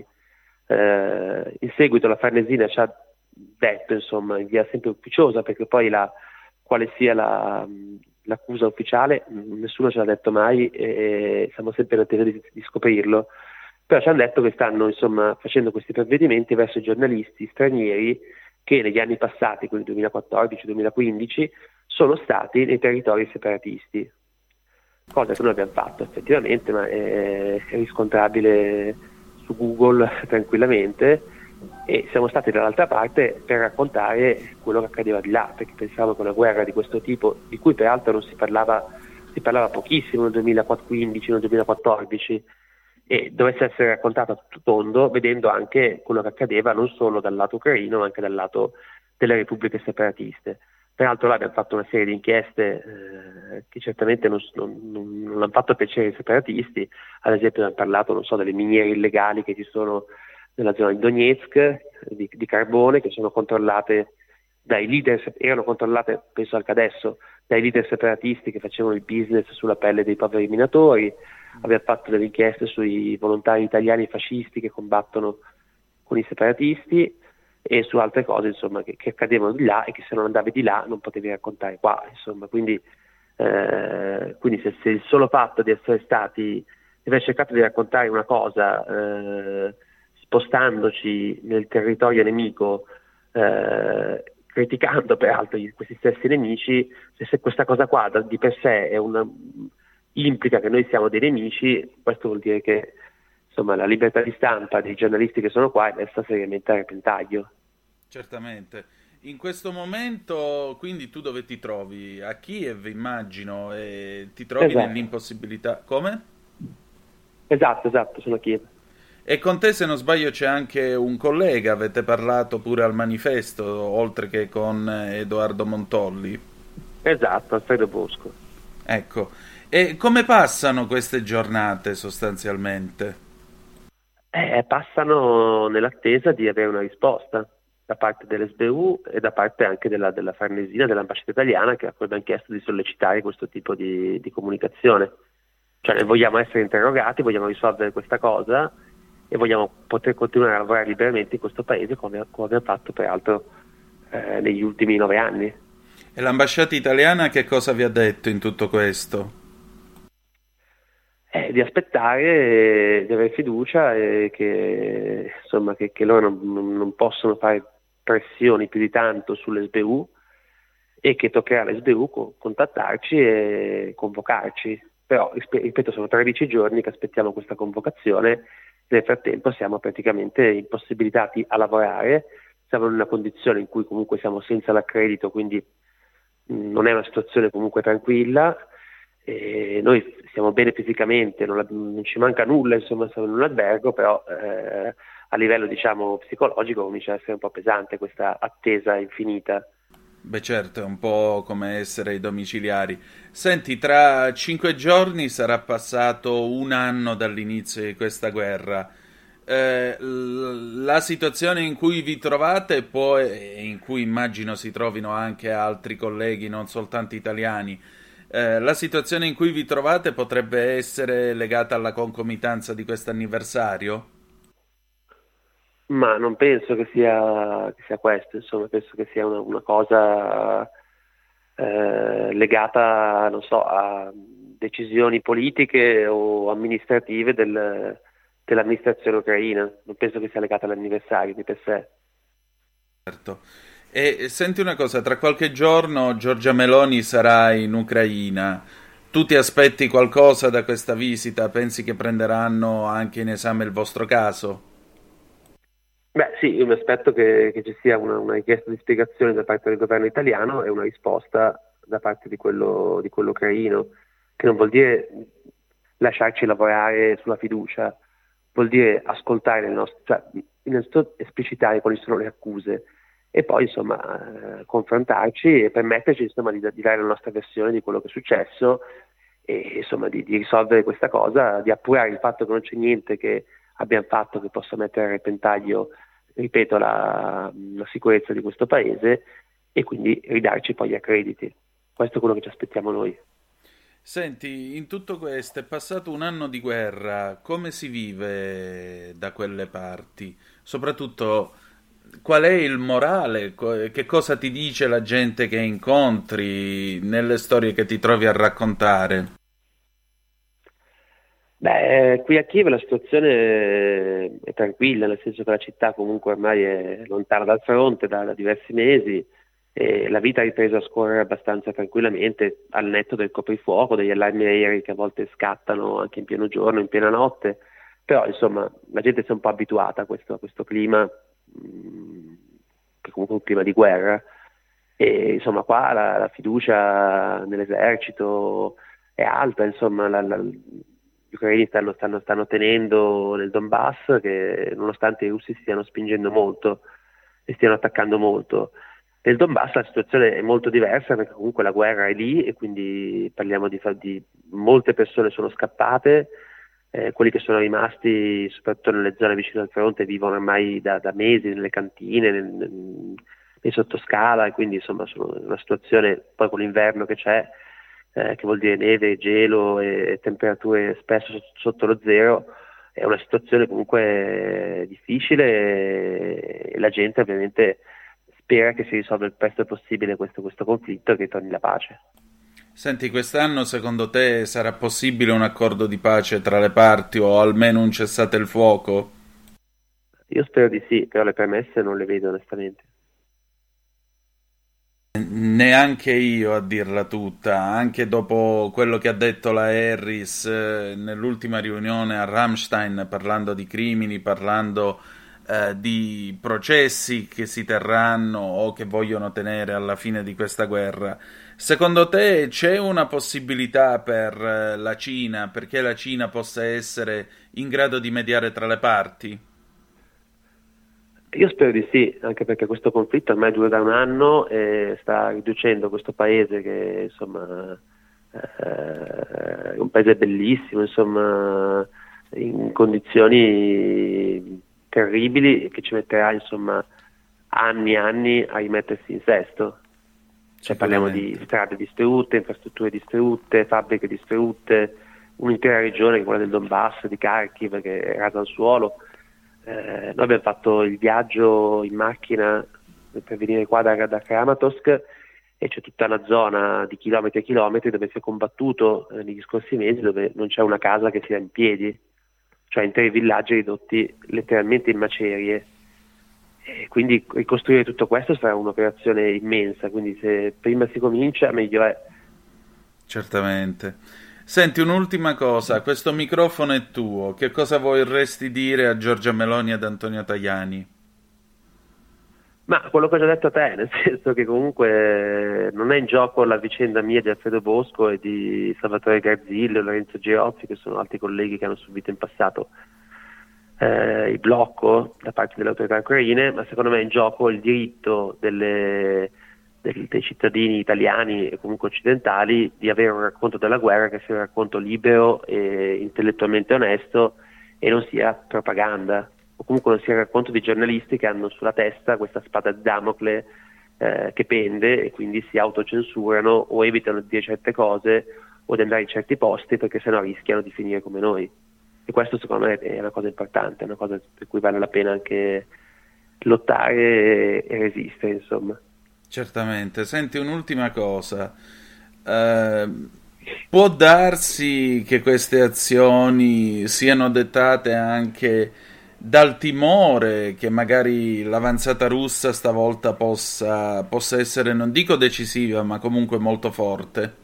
Eh, in seguito la Farnesina ci ha detto, insomma, in via sempre ufficiosa, perché poi la, quale sia la, l'accusa ufficiale nessuno ce l'ha detto mai e siamo sempre in attesa di, di scoprirlo, però ci hanno detto che stanno, insomma, facendo questi provvedimenti verso i giornalisti stranieri che negli anni passati, quindi duemilaquattordici duemilaquindici, sono stati nei territori separatisti, cosa che noi abbiamo fatto effettivamente, ma è, è riscontrabile su Google tranquillamente, e siamo stati dall'altra parte per raccontare quello che accadeva di là, perché pensavamo che una guerra di questo tipo, di cui peraltro non si parlava, si parlava pochissimo nel duemilaquindici, nel duemilaquattordici, e dovesse essere raccontata a tutto tondo, vedendo anche quello che accadeva non solo dal lato ucraino ma anche dal lato delle repubbliche separatiste. Peraltro là abbiamo fatto una serie di inchieste eh, che certamente non, non, non, non hanno fatto piacere ai separatisti. Ad esempio abbiamo parlato, non so, delle miniere illegali che ci sono nella zona di Donetsk, di, di carbone, che sono controllate dai leader, erano controllate, penso anche adesso, dai leader separatisti che facevano il business sulla pelle dei poveri minatori. Abbiamo fatto delle inchieste sui volontari italiani fascisti che combattono con i separatisti e su altre cose, insomma, che, che accadevano di là e che se non andavi di là non potevi raccontare qua, insomma. Quindi, eh, quindi se, se il solo fatto di essere stati, di aver cercato di raccontare una cosa eh, spostandoci nel territorio nemico, eh, criticando peraltro questi stessi nemici, se, se questa cosa qua di per sé è una, implica che noi siamo dei nemici, questo vuol dire che, insomma, la libertà di stampa dei giornalisti che sono qua è messa seriamente a repentaglio. Certamente. In questo momento, quindi, tu dove ti trovi? A Kiev, immagino, e ti trovi Esatto. nell'impossibilità. Come? Esatto, esatto, sono a Kiev. E con te, se non sbaglio, c'è anche un collega, avete parlato pure al manifesto, oltre che con Edoardo Montolli. Esatto, Alfredo Bosco. Ecco. E come passano queste giornate sostanzialmente? Eh, passano nell'attesa di avere una risposta da parte dell'S B U e da parte anche della, della Farnesina, dell'ambasciata italiana, che abbiamo chiesto di sollecitare questo tipo di, di comunicazione. Cioè, vogliamo essere interrogati, vogliamo risolvere questa cosa e vogliamo poter continuare a lavorare liberamente in questo paese come, come abbiamo fatto peraltro eh, negli ultimi nove anni. E l'ambasciata italiana che cosa vi ha detto in tutto questo? Eh, di aspettare, di avere fiducia e che, insomma, che, che loro non, non possono fare pressioni più di tanto sull'S B U e che toccherà all'S B U co- contattarci e convocarci. Però, ripeto, sono tredici giorni che aspettiamo questa convocazione. Nel frattempo siamo praticamente impossibilitati a lavorare, siamo in una condizione in cui comunque siamo senza l'accredito, quindi mh, non è una situazione comunque tranquilla. E noi stiamo bene fisicamente, non, non ci manca nulla, insomma, siamo in un albergo, però eh, a livello, diciamo, psicologico comincia a essere un po' pesante questa attesa infinita. Beh, certo, è un po' come essere ai domiciliari. Senti, tra cinque giorni sarà passato un anno dall'inizio di questa guerra. Eh, l- la situazione in cui vi trovate, poi, e in cui immagino si trovino anche altri colleghi, non soltanto italiani, eh, la situazione in cui vi trovate potrebbe essere legata alla concomitanza di questo anniversario? Ma non penso che sia, che sia questo, insomma, penso che sia una, una cosa eh, legata, non so, a decisioni politiche o amministrative del, dell'amministrazione ucraina. Non penso che sia legata all'anniversario di per sé. Certo. E senti una cosa, tra qualche giorno Giorgia Meloni sarà in Ucraina. Tu ti aspetti qualcosa da questa visita? Pensi che prenderanno anche in esame il vostro caso? Beh sì, io mi aspetto che, che ci sia una, una richiesta di spiegazione da parte del governo italiano e una risposta da parte di quello, di quello ucraino, che non vuol dire lasciarci lavorare sulla fiducia, vuol dire ascoltare le nostre, cioè innanzitutto esplicitare quali sono le accuse e poi insomma eh, confrontarci e permetterci insomma di, di dare la nostra versione di quello che è successo e insomma di, di risolvere questa cosa, di appurare il fatto che non c'è niente che abbiamo fatto che possa mettere a repentaglio, ripeto, la, la sicurezza di questo paese e quindi ridarci poi gli accrediti. Questo è quello che ci aspettiamo noi. Senti, in tutto questo è passato un anno di guerra, come si vive da quelle parti? Soprattutto, qual è il morale? Che cosa ti dice la gente che incontri nelle storie che ti trovi a raccontare? Beh, qui a Kiev la situazione è tranquilla, nel senso che la città comunque ormai è lontana dal fronte da, da diversi mesi e la vita ha ripreso a scorrere abbastanza tranquillamente al netto del coprifuoco, degli allarmi aerei che a volte scattano anche in pieno giorno, in piena notte, però insomma la gente si è un po' abituata a questo, a questo clima, mh, che comunque è un clima di guerra, e insomma qua la, la fiducia nell'esercito è alta, insomma la, la, gli ucraini stanno, stanno, stanno tenendo nel Donbass, che nonostante i russi stiano spingendo molto e stiano attaccando molto. Nel Donbass la situazione è molto diversa perché comunque la guerra è lì e quindi parliamo di, di molte persone sono scappate, eh, quelli che sono rimasti soprattutto nelle zone vicine al fronte vivono ormai da, da mesi nelle cantine, nel, nel, nei sottoscala e quindi insomma sono in una situazione poi con l'inverno che c'è, eh, che vuol dire neve, gelo e temperature spesso sotto, sotto lo zero, è una situazione comunque difficile e la gente ovviamente spera che si risolva il presto possibile questo, questo conflitto e che torni la pace. Senti, quest'anno secondo te sarà possibile un accordo di pace tra le parti o almeno un cessate il fuoco? Io spero di sì, però le premesse non le vedo onestamente. Neanche io a dirla tutta, anche dopo quello che ha detto la Harris eh, nell'ultima riunione a Ramstein parlando di crimini, parlando eh, di processi che si terranno o che vogliono tenere alla fine di questa guerra. Secondo te c'è una possibilità per eh, la Cina, perché la Cina possa essere in grado di mediare tra le parti? Io spero di sì, anche perché questo conflitto ormai dura da un anno e sta riducendo questo paese che insomma eh, è un paese bellissimo, insomma in condizioni terribili che ci metterà insomma anni e anni a rimettersi in sesto. Cioè parliamo di strade distrutte, infrastrutture distrutte, fabbriche distrutte, un'intera regione, quella del Donbass, di Kharkiv, che è rasa al suolo. Eh, noi abbiamo fatto il viaggio in macchina per venire qua da, da Kramatorsk e c'è tutta una zona di chilometri e chilometri dove si è combattuto eh, negli scorsi mesi, dove non c'è una casa che sia in piedi, cioè interi villaggi ridotti letteralmente in macerie. E quindi ricostruire tutto questo sarà un'operazione immensa, quindi se prima si comincia meglio è. Certamente. Senti, un'ultima cosa, questo microfono è tuo, che cosa vorresti dire a Giorgia Meloni e ad Antonio Tajani? Ma quello che ho già detto a te, nel senso che comunque non è in gioco la vicenda mia di Alfredo Bosco e di Salvatore Garzillo e Lorenzo Girozzi, che sono altri colleghi che hanno subito in passato eh, il blocco da parte delle autorità ucraine, ma secondo me è in gioco il diritto delle... dei cittadini italiani e comunque occidentali di avere un racconto della guerra che sia un racconto libero e intellettualmente onesto e non sia propaganda, o comunque non sia un racconto di giornalisti che hanno sulla testa questa spada di Damocle eh, che pende e quindi si autocensurano o evitano di dire certe cose o di andare in certi posti perché sennò rischiano di finire come noi. E questo secondo me è una cosa importante, è una cosa per cui vale la pena anche lottare e resistere, insomma. Certamente. Senti, un'ultima cosa. Eh, può darsi che queste azioni siano dettate anche dal timore che magari l'avanzata russa stavolta possa, possa essere, non dico decisiva, ma comunque molto forte?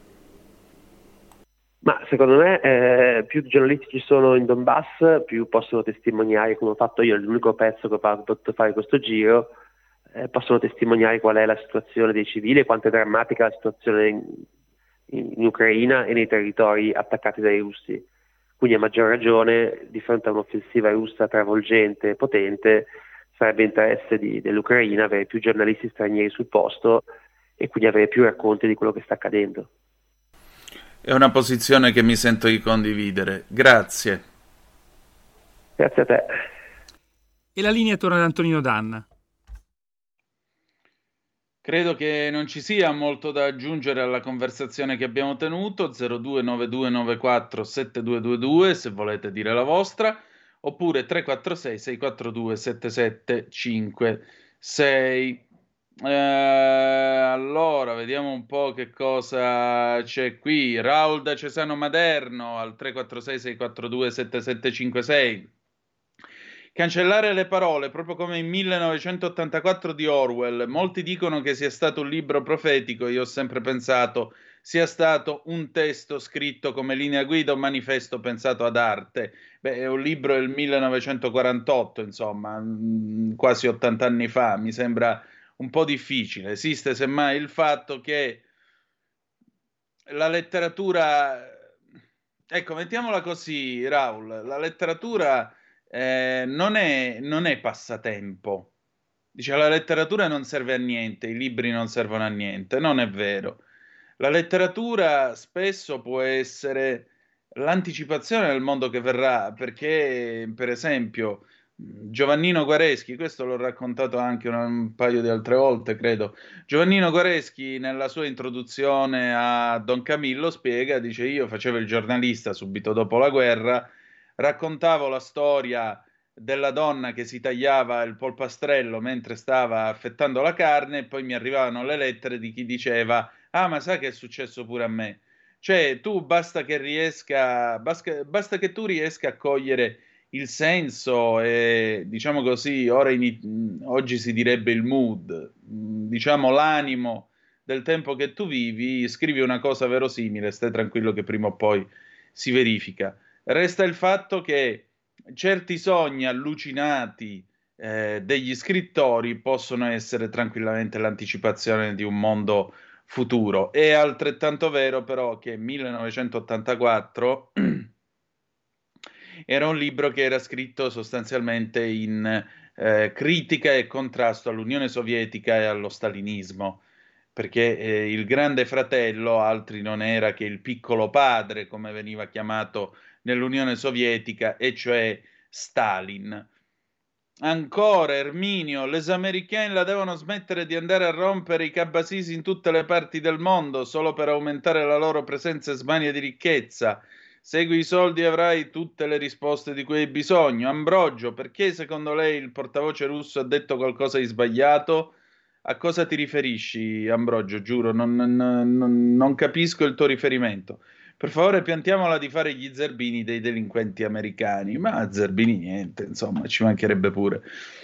Ma secondo me eh, più giornalisti ci sono in Donbass, più possono testimoniare, come ho fatto io, l'unico pezzo che ho potuto fare questo giro, eh, possono testimoniare qual è la situazione dei civili e quanto è drammatica la situazione in, in, in Ucraina e nei territori attaccati dai russi. Quindi a maggior ragione, di fronte a un'offensiva russa travolgente e potente, sarebbe interesse di, dell'Ucraina avere più giornalisti stranieri sul posto e quindi avere più racconti di quello che sta accadendo. È una posizione che mi sento di condividere. Grazie. Grazie a te. E la linea torna ad Antonino Danna. Credo che non ci sia molto da aggiungere alla conversazione che abbiamo tenuto. zero due nove due nove quattro sette due due due se volete dire la vostra, oppure tre quattro sei sei quattro due sette sette cinque sei. Eh, allora, vediamo un po' che cosa c'è qui. Raul da Cesano Maderno al tre quattro sei sei quattro due sette sette cinque sei. Cancellare le parole, proprio come in millenovecentottantaquattro di Orwell. Molti dicono che sia stato un libro profetico, io ho sempre pensato sia stato un testo scritto come linea guida, un manifesto pensato ad arte. Beh, è un libro del millenovecentoquarantotto, insomma, quasi ottanta anni fa, mi sembra un po' difficile. Esiste semmai il fatto che la letteratura, ecco, mettiamola così, Raul, la letteratura eh, non è, non è passatempo. Dice, la letteratura non serve a niente, i libri non servono a niente. Non è vero. La letteratura spesso può essere l'anticipazione del mondo che verrà, perché, per esempio, Giovannino Guareschi, questo l'ho raccontato anche un, un paio di altre volte, credo. Giovannino Guareschi, nella sua introduzione a Don Camillo, spiega, dice, io facevo il giornalista subito dopo la guerra, raccontavo la storia della donna che si tagliava il polpastrello mentre stava affettando la carne, e poi mi arrivavano le lettere di chi diceva, ah, ma sai che è successo pure a me? Cioè, tu basta che riesca, basta, basta che tu riesca a cogliere il senso e, diciamo così, ora in, oggi si direbbe il mood, diciamo l'animo del tempo che tu vivi, scrivi una cosa verosimile, stai tranquillo che prima o poi si verifica. Resta il fatto che certi sogni allucinati eh, degli scrittori possono essere tranquillamente l'anticipazione di un mondo futuro. È altrettanto vero però che millenovecentottantaquattro era un libro che era scritto sostanzialmente in eh, critica e contrasto all'Unione Sovietica e allo stalinismo, perché eh, il Grande Fratello altri non era che il piccolo padre, come veniva chiamato nell'Unione Sovietica, e cioè Stalin. Ancora Erminio, les Américains la devono smettere di andare a rompere i cabasisi in tutte le parti del mondo solo per aumentare la loro presenza e smania di ricchezza. Segui i soldi e avrai tutte le risposte di cui hai bisogno. Ambrogio, perché secondo lei il portavoce russo ha detto qualcosa di sbagliato? A cosa ti riferisci, Ambrogio? Giuro, non, non, non capisco il tuo riferimento. Per favore, piantiamola di fare gli zerbini dei delinquenti americani. Ma zerbini niente, insomma, ci mancherebbe pure.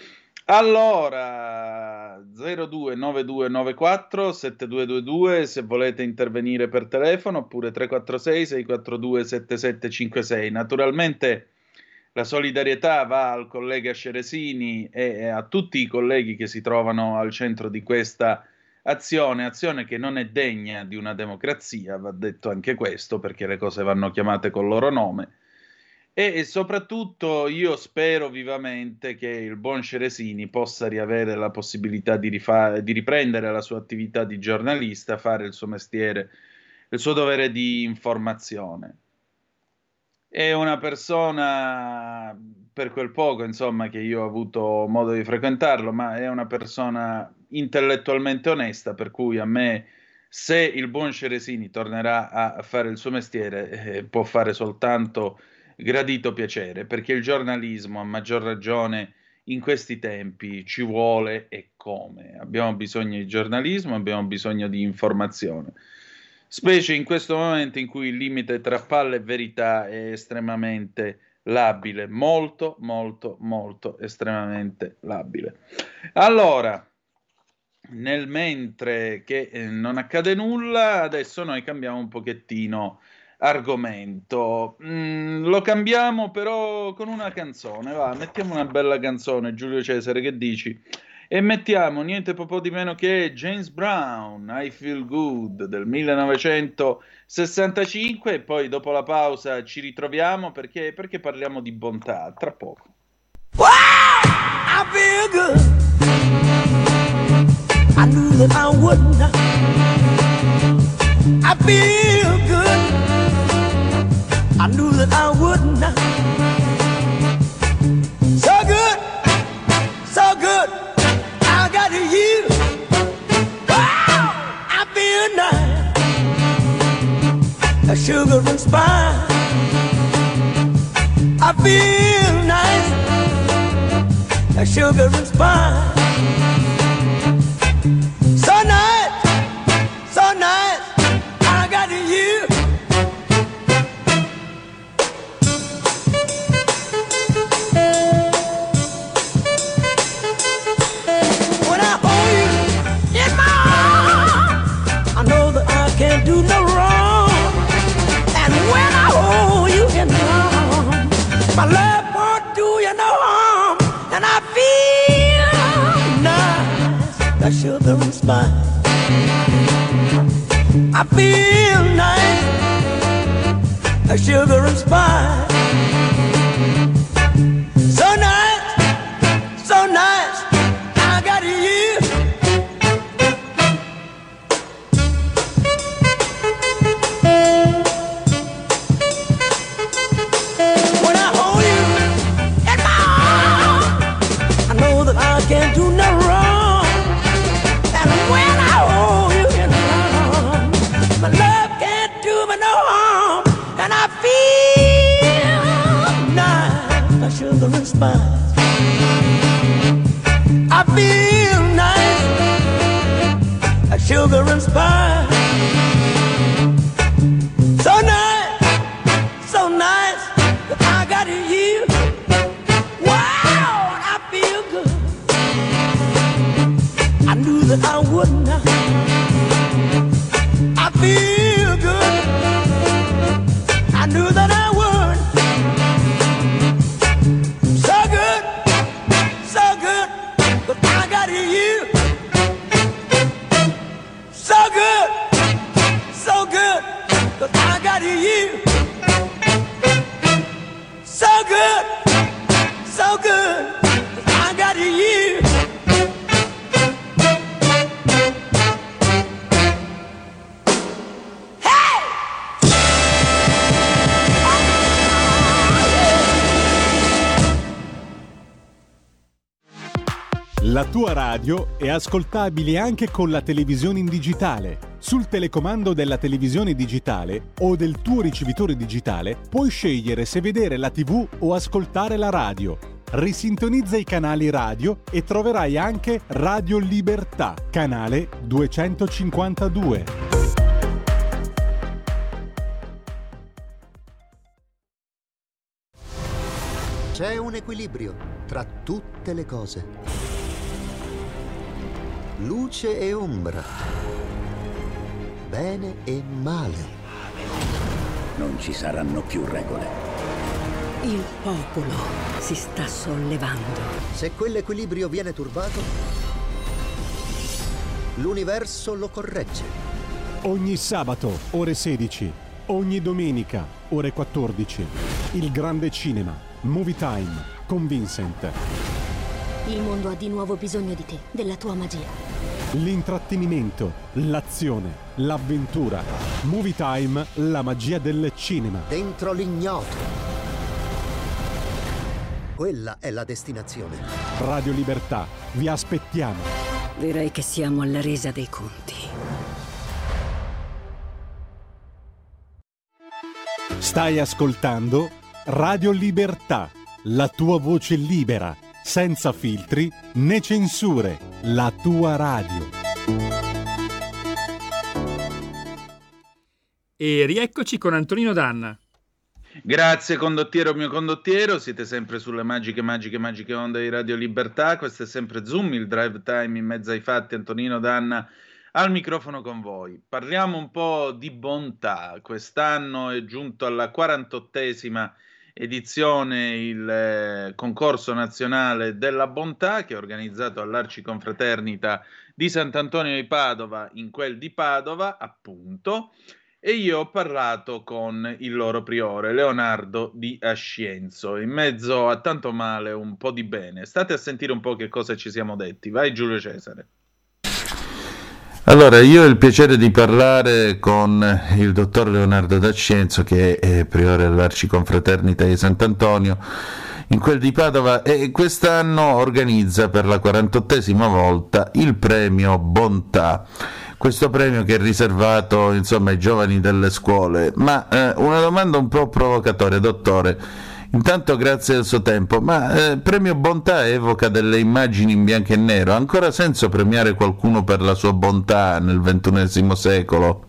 Allora, zero due nove due nove quattro sette due due due se volete intervenire per telefono, oppure tre quattro sei sei quattro due sette sette cinque sei. Naturalmente la solidarietà va al collega Ceresini e a tutti i colleghi che si trovano al centro di questa azione, azione che non è degna di una democrazia, va detto anche questo, perché le cose vanno chiamate col loro nome. E, e soprattutto io spero vivamente che il buon Ceresini possa riavere la possibilità di, rifa- di riprendere la sua attività di giornalista, fare il suo mestiere, il suo dovere di informazione. È una persona, per quel poco insomma che io ho avuto modo di frequentarlo, ma è una persona intellettualmente onesta, per cui a me, se il buon Ceresini tornerà a fare il suo mestiere, eh, può fare soltanto gradito piacere, perché il giornalismo, a maggior ragione in questi tempi, ci vuole e come. Abbiamo bisogno di giornalismo, abbiamo bisogno di informazione, specie in questo momento in cui il limite tra palla e verità è estremamente labile, molto, molto, molto estremamente labile. Allora, nel mentre che eh, non accade nulla, adesso noi cambiamo un pochettino argomento. Mm, lo cambiamo però con una canzone, va, mettiamo una bella canzone, Giulio Cesare, che dici? E mettiamo niente po' di meno che James Brown, I Feel Good, del millenovecentosessantacinque, e poi dopo la pausa ci ritroviamo perché, perché parliamo di bontà, tra poco. Wow! I feel good. I knew that I would not. I feel good. I knew that I would not. So good, so good. I got you. Oh, a sugar and spice. I feel nice, a sugar and spice. So nice, so nice, I got you. When I hold you in my arms, I know that I can't do no wrong. And when I hold you in my arms, my love won't do you no harm. And I feel nice, like sugar and spice. I feel nice, like sugar and spice. So nice, so nice, I got you. When I hold you in my arms, I know that I can't do no wrong. And when I hold you in my arms, my love can't do me no harm. And I feel nice, like sugar and spice. I feel nice, like sugar and spice. So nice, so nice, that I got you. Wow, I feel good. I knew that I would not. I feel good. I knew that I would. So good, so good, but I got you. So good, so good, but I got you. So good, so good, but I got you. La tua radio è ascoltabile anche con la televisione in digitale. Sul telecomando della televisione digitale o del tuo ricevitore digitale puoi scegliere se vedere la tivù o ascoltare la radio. Risintonizza i canali radio e troverai anche Radio Libertà, canale duecentocinquantadue. C'è un equilibrio tra tutte le cose. Luce e ombra. Bene e male. Non ci saranno più regole. Il popolo si sta sollevando. Se quell'equilibrio viene turbato, l'universo lo corregge. Ogni sabato, ore sedici. Ogni domenica, ore quattordici. Il grande cinema. Movie Time con Vincent. Il mondo ha di nuovo bisogno di te, della tua magia. L'intrattenimento, l'azione, l'avventura. Movie Time, la magia del cinema. Dentro l'ignoto. Quella è la destinazione. Radio Libertà, vi aspettiamo. Direi che siamo alla resa dei conti. Stai ascoltando Radio Libertà, la tua voce libera, senza filtri né censure, la tua radio. E rieccoci con Antonino Danna. Grazie condottiero mio condottiero, siete sempre sulle magiche magiche magiche onde di Radio Libertà. Questo è sempre Zoom, il drive time in mezzo ai fatti. Antonino Danna al microfono con voi. Parliamo un po' di bontà. Quest'anno è giunto alla quarantottesima edizione il eh, concorso nazionale della bontà, che è organizzato all'Arciconfraternita di Sant'Antonio di Padova, in quel di Padova appunto, e io ho parlato con il loro priore Leonardo Di Ascienzo. In mezzo a tanto male un po' di bene. State a sentire un po' che cosa ci siamo detti. Vai Giulio Cesare. Allora, io ho il piacere di parlare con il dottor Leonardo D'Ascienzo, che è priore dell'Arciconfraternita di Sant'Antonio, in quel di Padova, e quest'anno organizza per la quarantottesima volta il premio Bontà. questo premio che è riservato insomma ai giovani delle scuole. Ma eh, una domanda un po' provocatoria, dottore. Intanto grazie del suo tempo, ma eh, premio bontà evoca delle immagini in bianco e nero, ha ancora senso premiare qualcuno per la sua bontà nel ventunesimo secolo?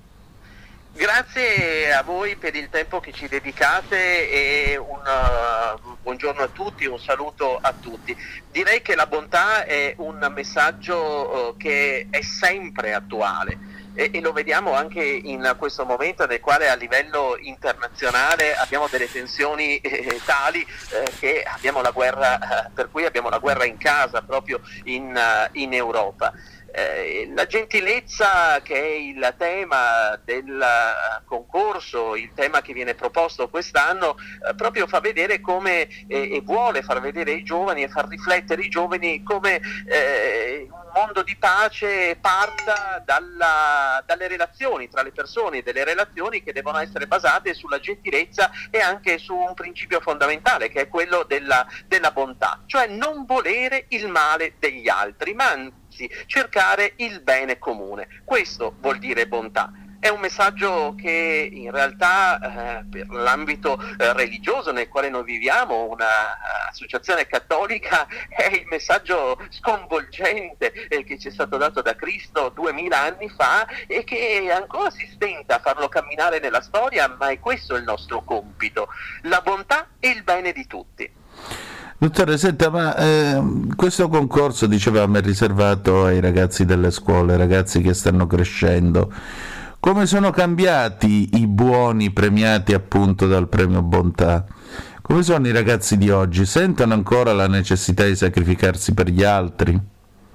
Grazie a voi per il tempo che ci dedicate e un uh, buongiorno a tutti, un saluto a tutti. Direi che la bontà è un messaggio uh, che è sempre attuale. E, e lo vediamo anche in questo momento nel quale a livello internazionale abbiamo delle tensioni eh, tali eh, che abbiamo la guerra, eh, per cui abbiamo la guerra in casa proprio in, uh, in Europa. Eh, la gentilezza, che è il tema del concorso, il tema che viene proposto quest'anno, eh, proprio fa vedere come eh, e vuole far vedere ai giovani e far riflettere i giovani come eh, un mondo di pace parta dalla, dalle relazioni tra le persone, delle relazioni che devono essere basate sulla gentilezza e anche su un principio fondamentale che è quello della, della bontà, cioè non volere il male degli altri, ma anzi cercare il bene comune. Questo vuol dire bontà. È un messaggio che in realtà eh, per l'ambito eh, religioso nel quale noi viviamo, una uh, associazione cattolica, è il messaggio sconvolgente eh, che ci è stato dato da Cristo duemila anni fa e che ancora si stenta a farlo camminare nella storia, ma è questo il nostro compito, la bontà e il bene di tutti. Dottore, senta, ma eh, questo concorso, dicevamo, è riservato ai ragazzi delle scuole, ragazzi che stanno crescendo. Come sono cambiati i buoni premiati appunto dal premio Bontà? Come sono i ragazzi di oggi? Sentono ancora la necessità di sacrificarsi per gli altri?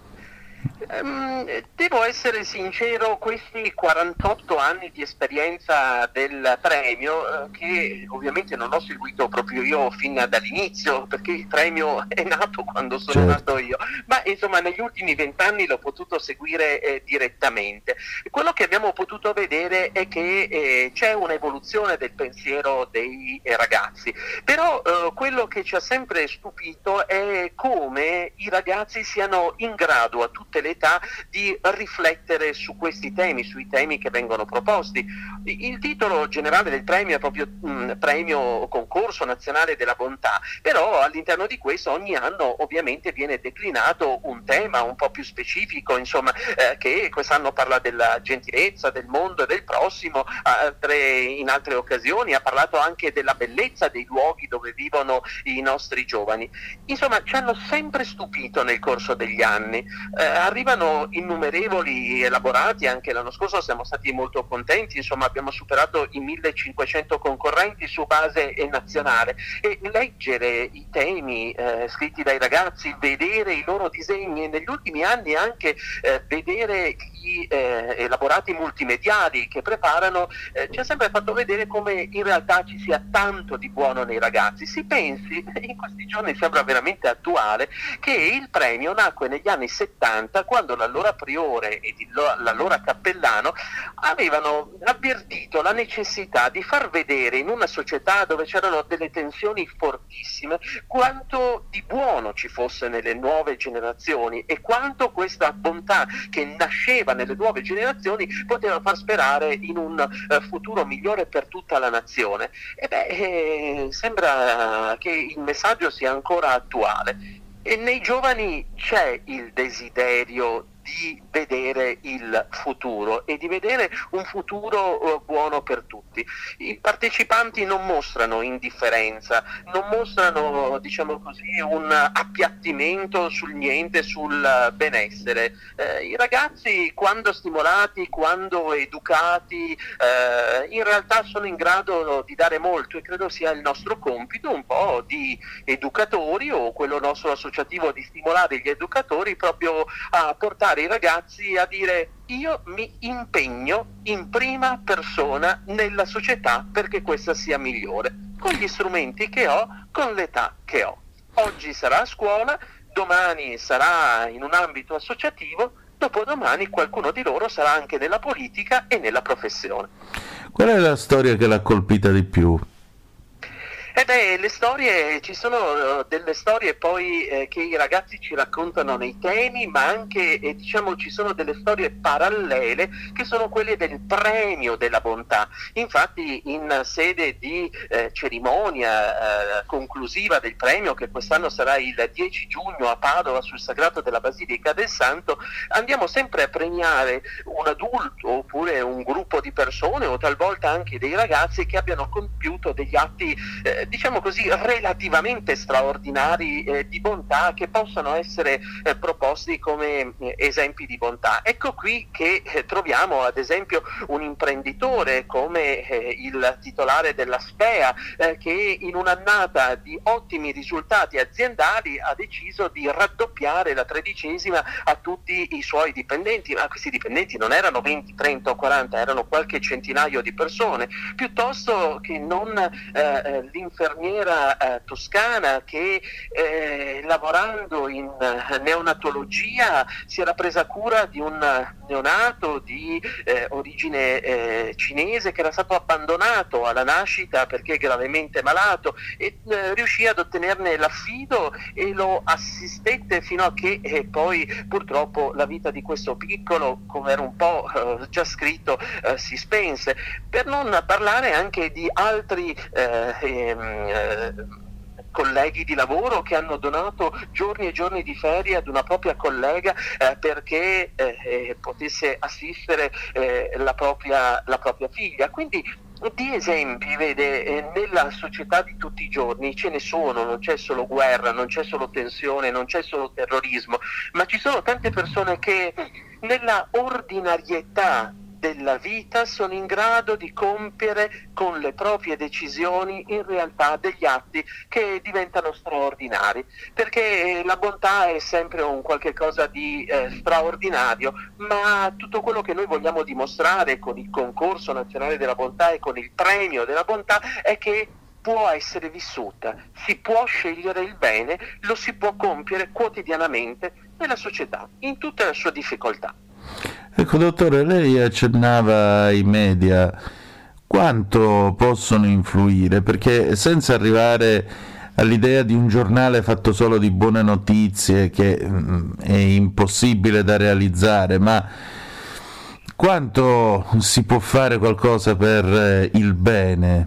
Um, devo essere sincero, questi quarantotto anni di esperienza del premio, eh, che ovviamente non ho seguito proprio io fin dall'inizio, perché il premio è nato quando sono certo. nato io, ma insomma negli ultimi vent'anni l'ho potuto seguire eh, direttamente. Quello che abbiamo potuto vedere è che eh, c'è un'evoluzione del pensiero dei eh, ragazzi, però eh, quello che ci ha sempre stupito è come i ragazzi siano in grado a tutte le età di riflettere su questi temi, sui temi che vengono proposti. Il titolo generale del premio è proprio mh, Premio Concorso Nazionale della Bontà, però all'interno di questo ogni anno ovviamente viene declinato un tema un po' più specifico, insomma, eh, che quest'anno parla della gentilezza, del mondo e del prossimo, altre, in altre occasioni ha parlato anche della bellezza dei luoghi dove vivono i nostri giovani. Insomma, ci hanno sempre stupito nel corso degli anni, eh, arrivano innumerevoli elaborati, anche l'anno scorso siamo stati molto contenti, insomma abbiamo superato i millecinquecento concorrenti su base nazionale, e leggere i temi eh, scritti dai ragazzi, vedere i loro disegni e negli ultimi anni anche eh, vedere gli eh, elaborati multimediali che preparano eh, ci ha sempre fatto vedere come in realtà ci sia tanto di buono nei ragazzi. Si pensi, in questi giorni sembra veramente attuale, che il premio nacque negli anni settanta, quando l'allora priore ed il, l'allora cappellano avevano avvertito la necessità di far vedere in una società dove c'erano delle tensioni fortissime quanto di buono ci fosse nelle nuove generazioni e quanto questa bontà che nasceva nelle nuove generazioni poteva far sperare in un uh, futuro migliore per tutta la nazione. E beh, eh, sembra che il messaggio sia ancora attuale. E nei giovani c'è il desiderio di vedere il futuro e di vedere un futuro uh, buono per tutti. I partecipanti non mostrano indifferenza, non mostrano, diciamo così, un appiattimento sul niente, sul benessere. Eh, I ragazzi, quando stimolati, quando educati, eh, in realtà sono in grado di dare molto, e credo sia il nostro compito un po' di educatori, o quello nostro associativo di stimolare gli educatori proprio a portare i ragazzi a dire: io mi impegno in prima persona nella società perché questa sia migliore, con gli strumenti che ho, con l'età che ho. Oggi sarà a scuola, domani sarà in un ambito associativo, dopodomani qualcuno di loro sarà anche nella politica e nella professione. Qual è la storia che l'ha colpita di più? Eh beh, le storie, ci sono delle storie poi eh, che i ragazzi ci raccontano nei temi, ma anche eh, diciamo ci sono delle storie parallele che sono quelle del premio della bontà. Infatti in sede di eh, cerimonia eh, conclusiva del premio, che quest'anno sarà il dieci giugno a Padova sul Sagrato della Basilica del Santo, andiamo sempre a premiare un adulto oppure un gruppo di persone o talvolta anche dei ragazzi che abbiano compiuto degli atti eh, diciamo così relativamente straordinari eh, di bontà, che possano essere eh, proposti come eh, esempi di bontà. Ecco qui che eh, troviamo ad esempio un imprenditore come eh, il titolare della Spea eh, che in un'annata di ottimi risultati aziendali ha deciso di raddoppiare la tredicesima a tutti i suoi dipendenti, ma questi dipendenti non erano venti, trenta o quaranta, erano qualche centinaio di persone, piuttosto che non eh, l'infermiera eh, toscana che eh, lavorando in eh, neonatologia si era presa cura di un neonato di eh, origine eh, cinese che era stato abbandonato alla nascita perché gravemente malato e eh, riuscì ad ottenerne l'affido e lo assistette fino a che eh, poi purtroppo la vita di questo piccolo, come era un po' eh, già scritto, eh, si spense. Per non parlare anche di altri eh, ehm, eh, colleghi di lavoro che hanno donato giorni e giorni di ferie ad una propria collega eh, perché eh, eh, potesse assistere eh, la propria, la propria figlia. Quindi di esempi, vede, eh, nella società di tutti i giorni ce ne sono, non c'è solo guerra, non c'è solo tensione, non c'è solo terrorismo, ma ci sono tante persone che nella ordinarietà della vita sono in grado di compiere con le proprie decisioni in realtà degli atti che diventano straordinari, perché la bontà è sempre un qualche cosa di eh, straordinario, ma tutto quello che noi vogliamo dimostrare con il concorso nazionale della bontà e con il premio della bontà è che può essere vissuta, si può scegliere il bene, lo si può compiere quotidianamente nella società, in tutte le sue difficoltà. Ecco, dottore, lei accennava ai media, quanto possono influire? Perché senza arrivare all'idea di un giornale fatto solo di buone notizie, che mh, è impossibile da realizzare, ma quanto si può fare qualcosa per eh, il bene?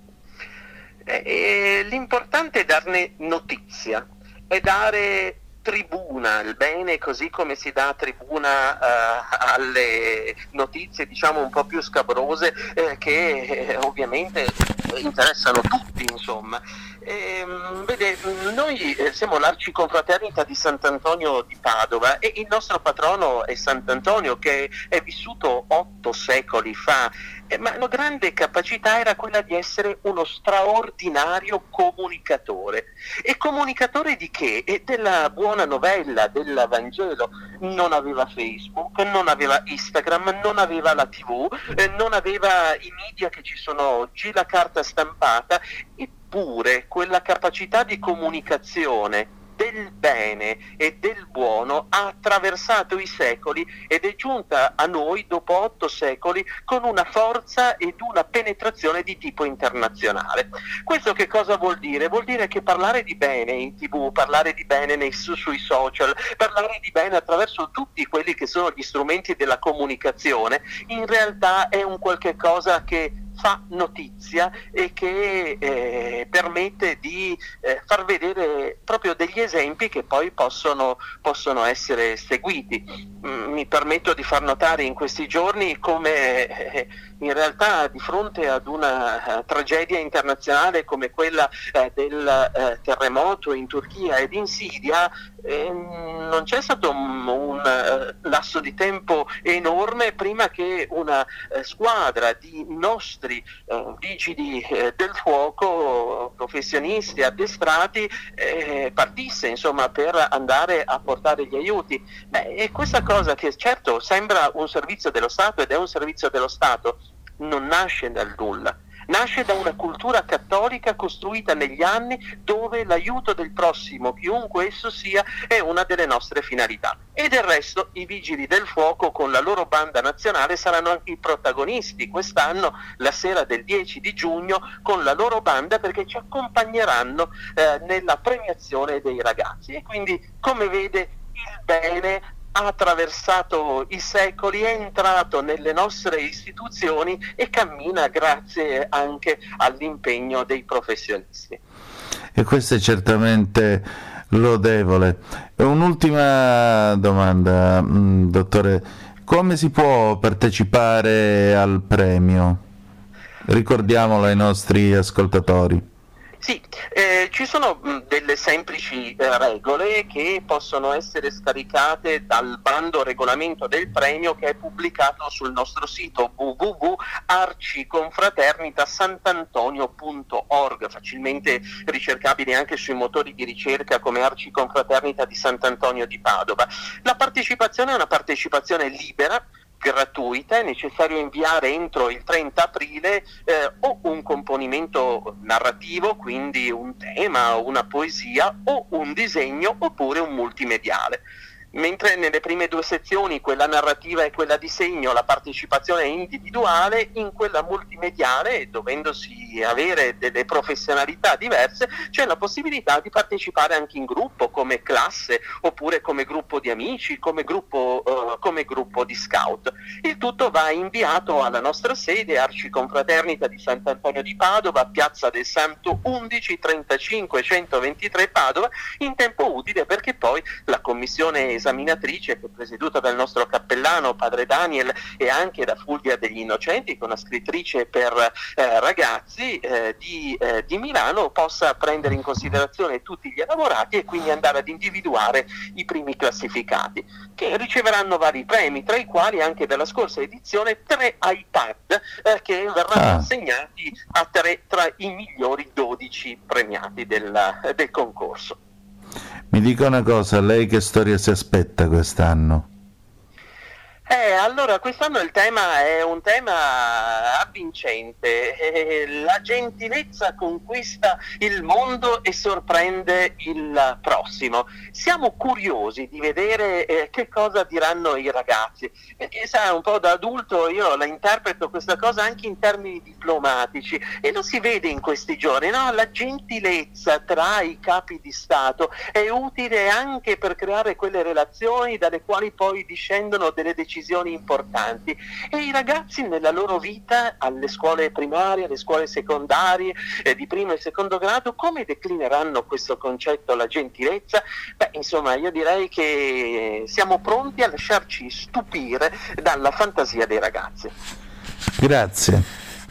Eh, l'importante è darne notizia, è dare tribuna al bene, così come si dà tribuna uh, alle notizie diciamo un po' più scabrose eh, che eh, ovviamente interessano tutti, insomma. E, vede, noi siamo l'Arciconfraternita di Sant'Antonio di Padova e il nostro patrono è Sant'Antonio, che è vissuto otto secoli fa, eh, ma la grande capacità era quella di essere uno straordinario comunicatore. E comunicatore di che? E della buona novella, del Vangelo. Non aveva Facebook, non aveva Instagram, non aveva la tivù, eh, non aveva i media che ci sono oggi, la carta stampata, eppure quella capacità di comunicazione del bene e del buono ha attraversato i secoli ed è giunta a noi dopo otto secoli con una forza ed una penetrazione di tipo internazionale. Questo che cosa vuol dire? Vuol dire che parlare di bene in tivù, parlare di bene nei, su, sui social, parlare di bene attraverso tutti quelli che sono gli strumenti della comunicazione, in realtà è un qualche cosa che fa notizia e che eh, permette di eh, far vedere proprio degli esempi che poi possono, possono essere seguiti. Mm, mi permetto di far notare in questi giorni come eh, in realtà di fronte ad una uh, tragedia internazionale come quella uh, del uh, terremoto in Turchia ed in Siria eh, non c'è stato un, un uh, lasso di tempo enorme prima che una uh, squadra di nostri uh, vigili uh, del fuoco, professionisti addestrati, eh, partisse insomma per andare a portare gli aiuti. Beh, e questa cosa che certo sembra un servizio dello Stato ed è un servizio dello Stato, non nasce dal nulla, nasce da una cultura cattolica costruita negli anni, dove l'aiuto del prossimo, chiunque esso sia, è una delle nostre finalità. E del resto i Vigili del Fuoco con la loro banda nazionale saranno anche i protagonisti quest'anno, la sera del dieci di giugno, con la loro banda, perché ci accompagneranno eh, nella premiazione dei ragazzi. E quindi, come vede, il bene ha attraversato i secoli, è entrato nelle nostre istituzioni e cammina grazie anche all'impegno dei professionisti. E questo è certamente lodevole. Un'ultima domanda, dottore: come si può partecipare al premio? Ricordiamolo ai nostri ascoltatori. Sì, eh, ci sono mh, delle semplici eh, regole che possono essere scaricate dal bando regolamento del premio, che è pubblicato sul nostro sito w w w punto arciconfraternita sant'antonio punto org, facilmente ricercabile anche sui motori di ricerca come Arciconfraternita di Sant'Antonio di Padova. La partecipazione è una partecipazione libera, gratuita. È necessario inviare entro il trenta aprile eh, o un componimento narrativo, quindi un tema, una poesia, o un disegno, oppure un multimediale. Mentre nelle prime due sezioni, quella narrativa e quella di segno, la partecipazione è individuale, in quella multimediale, dovendosi avere delle professionalità diverse, c'è la possibilità di partecipare anche in gruppo, come classe, oppure come gruppo di amici, come gruppo, uh, come gruppo di scout. Il tutto va inviato alla nostra sede, Arciconfraternita di Sant'Antonio di Padova, Piazza del Santo undici trentacinque centoventitré Padova, in tempo utile, perché poi la commissione esaminatrice, che è presieduta dal nostro cappellano padre Daniel, e anche da Fulvia degli Innocenti, che è una scrittrice per eh, ragazzi eh, di, eh, di Milano, possa prendere in considerazione tutti gli elaborati e quindi andare ad individuare i primi classificati, che riceveranno vari premi, tra i quali anche dalla scorsa edizione tre iPad eh, che verranno ah. assegnati a tre tra i migliori dodici premiati del, del concorso. Mi dica una cosa, lei che storia si aspetta quest'anno? Eh, allora, quest'anno il tema è un tema avvincente. Eh, la gentilezza conquista il mondo e sorprende il prossimo. Siamo curiosi di vedere eh, che cosa diranno i ragazzi, perché sai, un po' da adulto io la interpreto questa cosa anche in termini diplomatici, e lo si vede in questi giorni, no? La gentilezza tra i capi di Stato è utile anche per creare quelle relazioni dalle quali poi discendono delle decisioni importanti, e i ragazzi nella loro vita, alle scuole primarie, alle scuole secondarie eh, di primo e secondo grado, come declineranno questo concetto, la gentilezza? Beh, insomma, io direi che siamo pronti a lasciarci stupire dalla fantasia dei ragazzi. Grazie.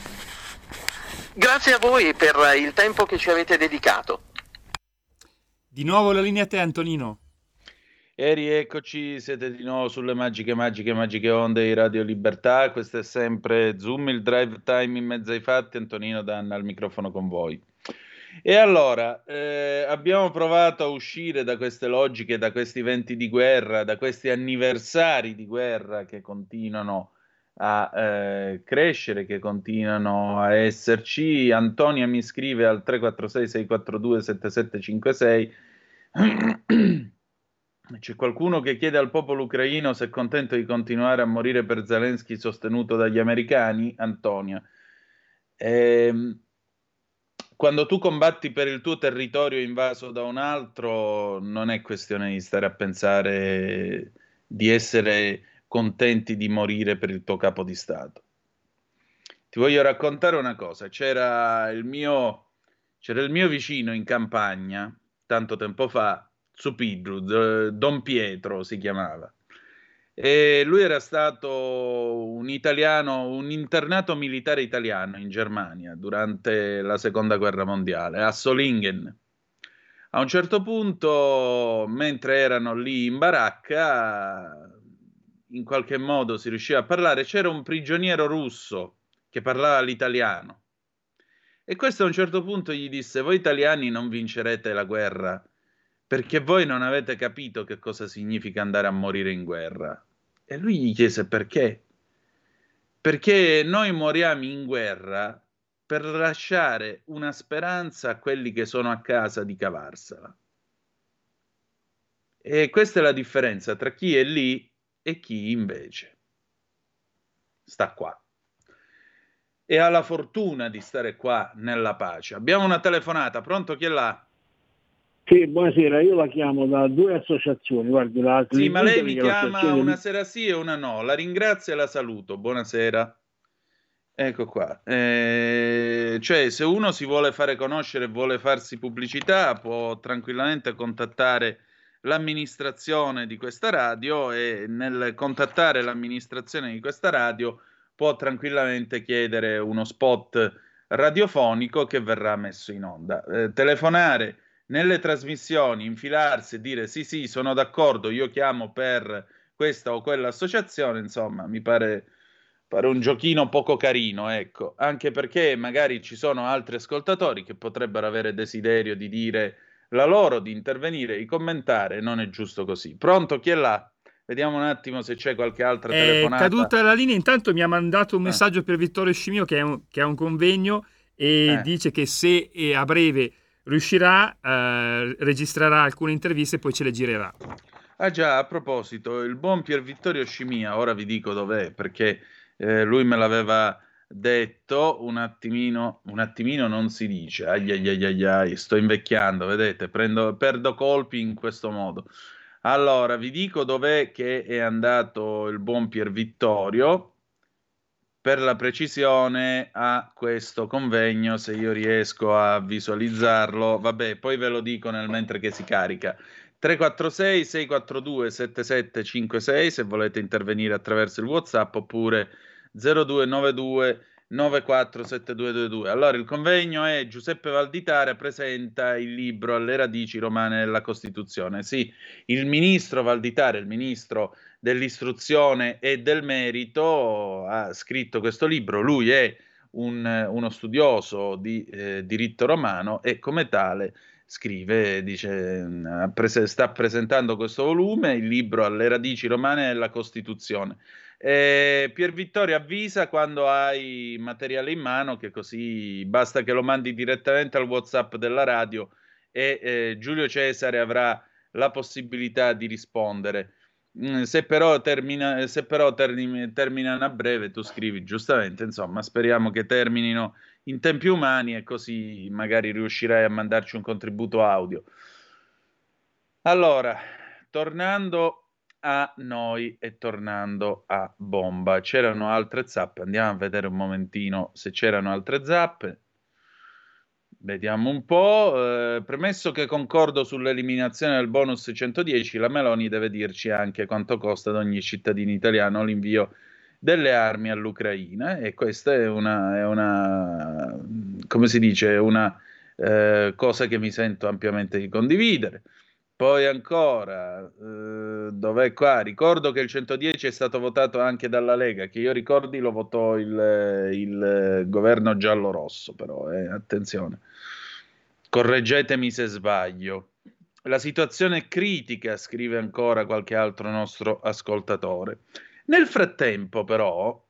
Grazie a voi per il tempo che ci avete dedicato. Di nuovo la linea a te, Antonino. E rieccoci, siete di nuovo sulle magiche, magiche, magiche onde di Radio Libertà. Questo è sempre Zoom, il drive time in mezzo ai fatti. Antonino Danna al microfono con voi. E allora, eh, abbiamo provato a uscire da queste logiche, da questi venti di guerra, da questi anniversari di guerra che continuano a eh, crescere, che continuano a esserci. Antonia mi scrive al tre quattro sei sei quattro due sette sette cinque sei. C'è qualcuno che chiede al popolo ucraino se è contento di continuare a morire per Zelensky sostenuto dagli americani. Antonia, ehm, quando tu combatti per il tuo territorio invaso da un altro, non è questione di stare a pensare di essere contenti di morire per il tuo capo di Stato. Ti voglio raccontare una cosa. C'era il mio, c'era il mio vicino in campagna, tanto tempo fa, Zupidru, Don Pietro si chiamava, e lui era stato un italiano, un internato militare italiano in Germania durante la seconda guerra mondiale, a Solingen. A un certo punto, mentre erano lì in baracca, in qualche modo si riusciva a parlare, c'era un prigioniero russo che parlava l'italiano, e questo a un certo punto gli disse: voi italiani non vincerete la guerra perché voi non avete capito che cosa significa andare a morire in guerra. E lui gli chiese perché. Perché noi moriamo in guerra per lasciare una speranza a quelli che sono a casa di cavarsela. E questa è la differenza tra chi è lì e chi invece sta qua e ha la fortuna di stare qua nella pace. Abbiamo una telefonata, pronto, chi è là? Sì, buonasera, io la chiamo da due associazioni, guardi, la Sì, ma lei mi chiama l'associazione- una sera sì e una no, la ringrazio e la saluto, buonasera. Ecco qua, eh, cioè se uno si vuole fare conoscere e vuole farsi pubblicità può tranquillamente contattare l'amministrazione di questa radio e nel contattare l'amministrazione di questa radio può tranquillamente chiedere uno spot radiofonico che verrà messo in onda. Eh, telefonare nelle trasmissioni, infilarsi e dire sì sì sono d'accordo, io chiamo per questa o quella associazione, insomma mi pare... Pare un giochino poco carino, ecco, anche perché magari ci sono altri ascoltatori che potrebbero avere desiderio di dire la loro, di intervenire, di commentare, non è giusto così. Pronto, chi è là? Vediamo un attimo se c'è qualche altra È telefonata. caduta la linea, intanto mi ha mandato un messaggio per Vittorio Scimio che è un, che è un convegno e Eh. dice che se eh, a breve riuscirà, eh, registrerà alcune interviste e poi ce le girerà. Ah già, a proposito, il buon Pier Vittorio Scimia, ora vi dico dov'è, perché eh, lui me l'aveva detto un attimino, un attimino non si dice, ai ai ai ai ai, sto invecchiando, vedete, prendo, perdo colpi in questo modo. Allora, vi dico dov'è che è andato il buon Pier Vittorio, per la precisione a questo convegno, se io riesco a visualizzarlo, vabbè, poi ve lo dico nel mentre che si carica. tre quattro sei sei quattro due sette sette cinque sei se volete intervenire attraverso il WhatsApp oppure zero due nove due nove quattro sette due due due. Allora, il convegno è Giuseppe Valditara presenta il libro Alle radici romane della Costituzione. Sì, il ministro Valditara, il ministro dell'istruzione e del merito, ha scritto questo libro. Lui è un, uno studioso di eh, diritto romano e come tale scrive, dice, prese, sta presentando questo volume, il libro Alle radici romane della Costituzione. Eh, Pier Vittorio avvisa quando hai materiale in mano, che così basta che lo mandi direttamente al WhatsApp della radio e eh, Giulio Cesare avrà la possibilità di rispondere. Mm, se però, termina, se però termine, terminano a breve, tu scrivi giustamente, insomma, speriamo che terminino in tempi umani e così magari riuscirai a mandarci un contributo audio. Allora, tornando a noi e tornando a Bomba, c'erano altre zappe, andiamo a vedere un momentino se c'erano altre zappe. Vediamo un po', eh, premesso che concordo sull'eliminazione del bonus centodieci, la Meloni deve dirci anche quanto costa ad ogni cittadino italiano l'invio delle armi all'Ucraina, e questa è una, è una come si dice, una eh, cosa che mi sento ampiamente di condividere. Poi ancora, eh, dov'è qua? Ricordo che il centodieci è stato votato anche dalla Lega, che io ricordi lo votò il, il governo giallo-rosso, però, eh, attenzione. Correggetemi se sbaglio. La situazione è critica, scrive ancora qualche altro nostro ascoltatore. Nel frattempo, però,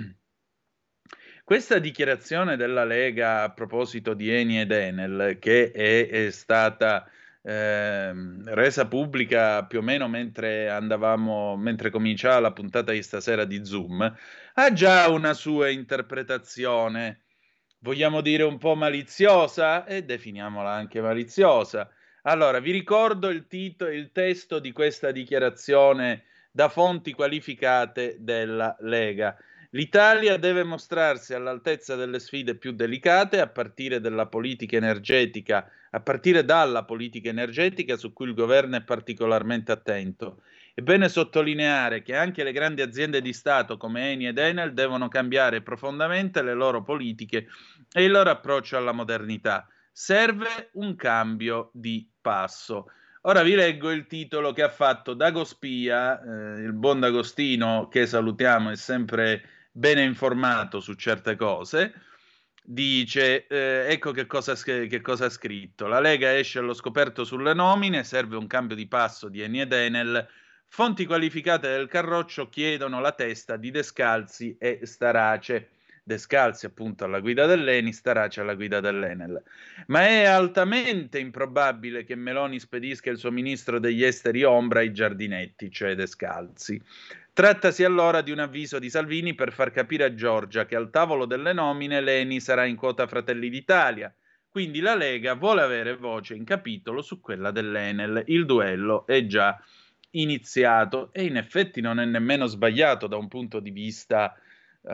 questa dichiarazione della Lega a proposito di Eni ed Enel, che è, è stata eh, resa pubblica più o meno mentre andavamo, mentre cominciava la puntata di stasera di Zoom, ha già una sua interpretazione, vogliamo dire un po' maliziosa, e definiamola anche maliziosa. Allora, vi ricordo il titolo, il testo di questa dichiarazione da fonti qualificate della Lega. L'Italia deve mostrarsi all'altezza delle sfide più delicate, a partire dalla politica energetica, a partire dalla politica energetica su cui il governo è particolarmente attento. È bene sottolineare che anche le grandi aziende di Stato come Eni ed Enel devono cambiare profondamente le loro politiche e il loro approccio alla modernità. Serve un cambio di passo. Ora vi leggo il titolo che ha fatto Dago Spia, eh, il buon D'Agostino, che salutiamo, è sempre bene informato su certe cose. Dice, eh, ecco che cosa, che cosa ha scritto: la Lega esce allo scoperto sulle nomine, serve un cambio di passo di Eni ed Enel, fonti qualificate del Carroccio chiedono la testa di Descalzi e Starace. Descalzi appunto alla guida dell'Eni, Starace alla guida dell'Enel. Ma è altamente improbabile che Meloni spedisca il suo ministro degli esteri ombra ai giardinetti, cioè Descalzi. Trattasi allora di un avviso di Salvini per far capire a Giorgia che al tavolo delle nomine l'Eni sarà in quota Fratelli d'Italia. Quindi la Lega vuole avere voce in capitolo su quella dell'Enel. Il duello è già iniziato e in effetti non è nemmeno sbagliato da un punto di vista uh,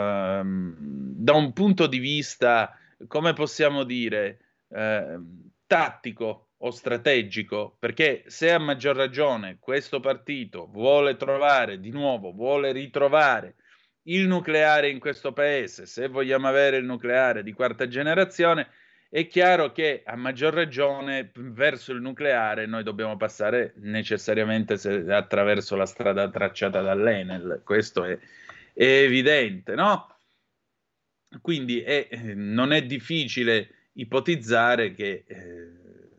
da un punto di vista, come possiamo dire, uh, tattico o strategico, perché se a maggior ragione questo partito vuole trovare di nuovo, vuole ritrovare il nucleare in questo paese, se vogliamo avere il nucleare di quarta generazione, è chiaro che a maggior ragione verso il nucleare noi dobbiamo passare necessariamente attraverso la strada tracciata dall'Enel, questo è, è evidente, no? Quindi è, non è difficile ipotizzare che eh,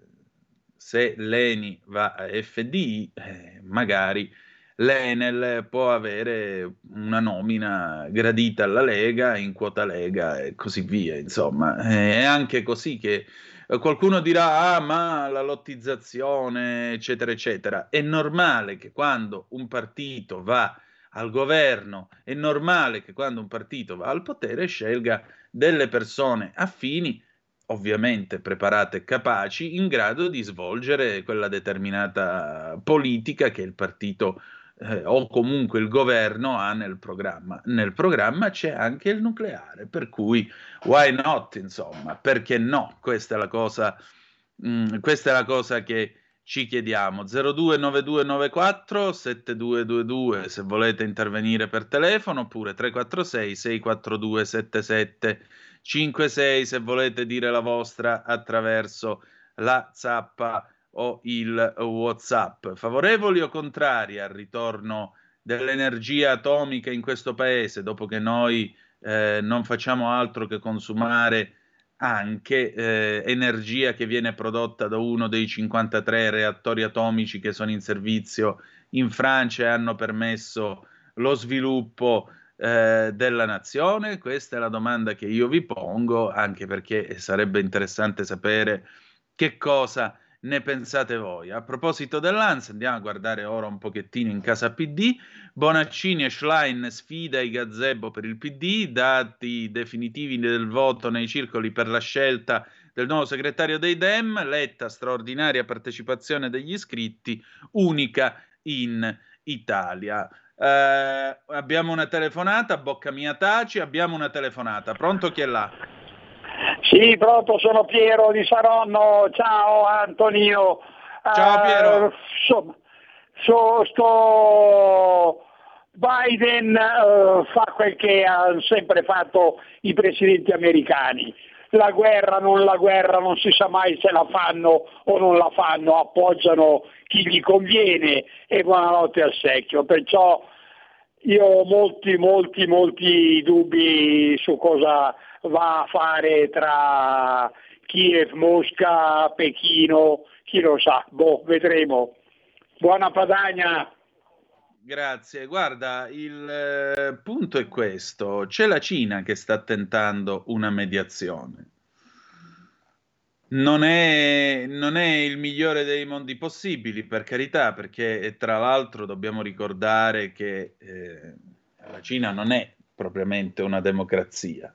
se l'Eni va a F D I, eh, magari l'Enel può avere una nomina gradita alla Lega, in quota Lega e così via. Insomma, è anche così che qualcuno dirà, ah, ma la lottizzazione, eccetera, eccetera. È normale che quando un partito va al governo, è normale che quando un partito va al potere scelga delle persone affini, ovviamente preparate e capaci, in grado di svolgere quella determinata politica che il partito eh, o comunque il governo ha nel programma. Nel programma c'è anche il nucleare, per cui why not, insomma, perché no? Questa è la cosa, mh, questa è la cosa che ci chiediamo. zero due nove due nove quattro sette due due due se volete intervenire per telefono, oppure tre quattro sei sei quattro due sette sette cinque sei se volete dire la vostra attraverso la zappa o il WhatsApp. Favorevoli o contrari al ritorno dell'energia atomica in questo paese, dopo che noi eh, non facciamo altro che consumare anche eh, energia che viene prodotta da uno dei cinquantatré reattori atomici che sono in servizio in Francia e hanno permesso lo sviluppo eh, della nazione? Questa è la domanda che io vi pongo, anche perché sarebbe interessante sapere che cosa ne pensate voi. A proposito dell'A N S, andiamo a guardare ora un pochettino in casa P D. Bonaccini e Schlein sfida i gazebo per il P D, dati definitivi del voto nei circoli per la scelta del nuovo segretario dei Dem, Letta straordinaria partecipazione degli iscritti, unica in Italia. Eh, abbiamo una telefonata, bocca mia taci, abbiamo una telefonata. Pronto, chi è là? Sì, pronto, sono Piero di Saronno. Ciao Antonio. Ciao Piero. Uh, so, so, sto Biden uh, fa quel che hanno sempre fatto i presidenti americani. La guerra, non la guerra, non si sa mai se la fanno o non la fanno, appoggiano chi gli conviene e buonanotte al secchio. Perciò io ho molti, molti, molti dubbi su cosa va a fare tra Kiev, Mosca, Pechino, chi lo sa, boh, vedremo. Buona Padania. Grazie, guarda, il eh, punto è questo, c'è la Cina che sta tentando una mediazione. Non è, non è il migliore dei mondi possibili, per carità, perché tra l'altro dobbiamo ricordare che eh, la Cina non è propriamente una democrazia.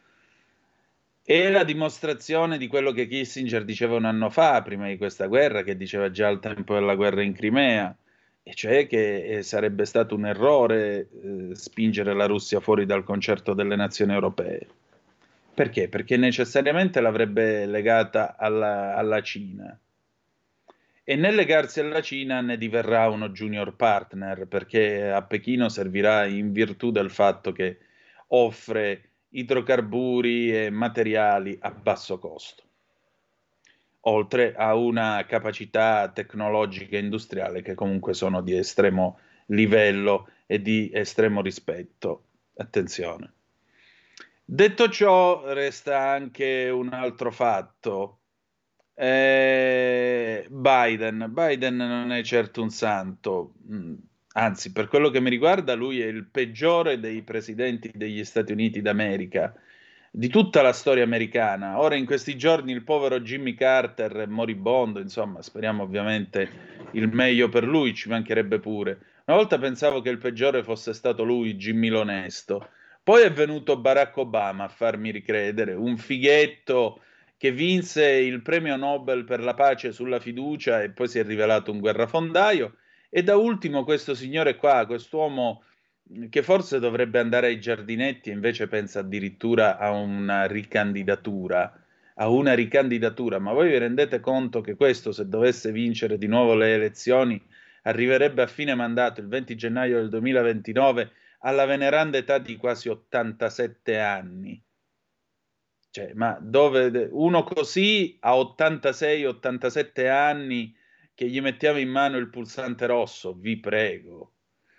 È la dimostrazione di quello che Kissinger diceva un anno fa, prima di questa guerra, che diceva già al tempo della guerra in Crimea, e cioè che eh, sarebbe stato un errore eh, spingere la Russia fuori dal concerto delle nazioni europee. Perché? Perché necessariamente l'avrebbe legata alla, alla Cina. E nel legarsi alla Cina ne diverrà uno junior partner, perché a Pechino servirà in virtù del fatto che offre idrocarburi e materiali a basso costo, oltre a una capacità tecnologica e industriale che comunque sono di estremo livello e di estremo rispetto. Attenzione. Detto ciò, resta anche un altro fatto. Eh, Biden. Biden non è certo un santo. Anzi, per quello che mi riguarda, lui è il peggiore dei presidenti degli Stati Uniti d'America, di tutta la storia americana. Ora, in questi giorni, il povero Jimmy Carter è moribondo, insomma, speriamo ovviamente il meglio per lui, ci mancherebbe pure. Una volta pensavo che il peggiore fosse stato lui, Jimmy l'onesto. Poi è venuto Barack Obama a farmi ricredere, un fighetto che vinse il premio Nobel per la pace sulla fiducia e poi si è rivelato un guerrafondaio. E da ultimo questo signore qua, quest'uomo che forse dovrebbe andare ai giardinetti e invece pensa addirittura a una ricandidatura, a una ricandidatura. Ma voi vi rendete conto che questo, se dovesse vincere di nuovo le elezioni, arriverebbe a fine mandato il venti gennaio del duemilaventinove alla veneranda età di quasi ottantasette anni? Cioè, ma dove uno così a ottantasei ottantasette anni che gli mettiamo in mano il pulsante rosso, vi prego.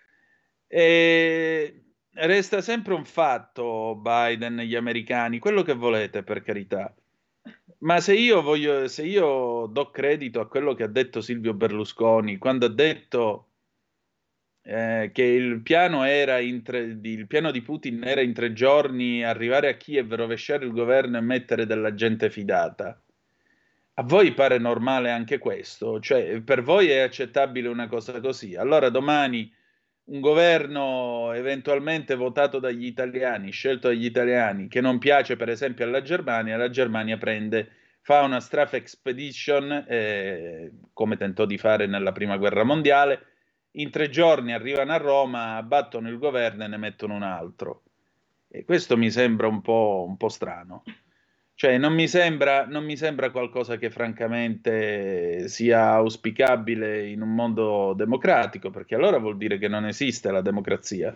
E resta sempre un fatto, Biden e gli americani, quello che volete, per carità. Ma se io voglio, se io do credito a quello che ha detto Silvio Berlusconi, quando ha detto eh, che il piano era in tre, il piano di Putin era in tre giorni arrivare a Kiev, rovesciare il governo e mettere della gente fidata. A voi pare normale anche questo? Cioè, per voi è accettabile una cosa così? Allora domani un governo eventualmente votato dagli italiani, scelto dagli italiani, che non piace per esempio alla Germania, la Germania prende, fa una strafe expedition, eh, come tentò di fare nella prima guerra mondiale, in tre giorni arrivano a Roma, abbattono il governo e ne mettono un altro. E questo mi sembra un po', un po' strano. Cioè, non mi sembra, non mi sembra qualcosa che francamente sia auspicabile in un mondo democratico, perché allora vuol dire che non esiste la democrazia.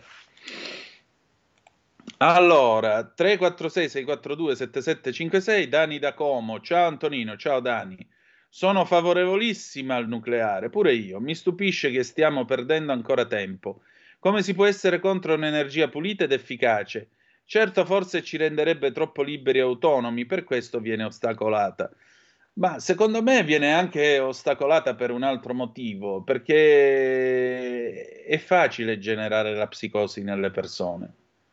Allora, tre quattro sei sei quattro due sette sette cinque sei, Dani da Como. Ciao Antonino, ciao Dani. Sono favorevolissima al nucleare, pure io. Mi stupisce che stiamo perdendo ancora tempo. Come si può essere contro un'energia pulita ed efficace? Certo, forse ci renderebbe troppo liberi e autonomi, per questo viene ostacolata. Ma secondo me viene anche ostacolata per un altro motivo, perché è facile generare la psicosi nelle persone.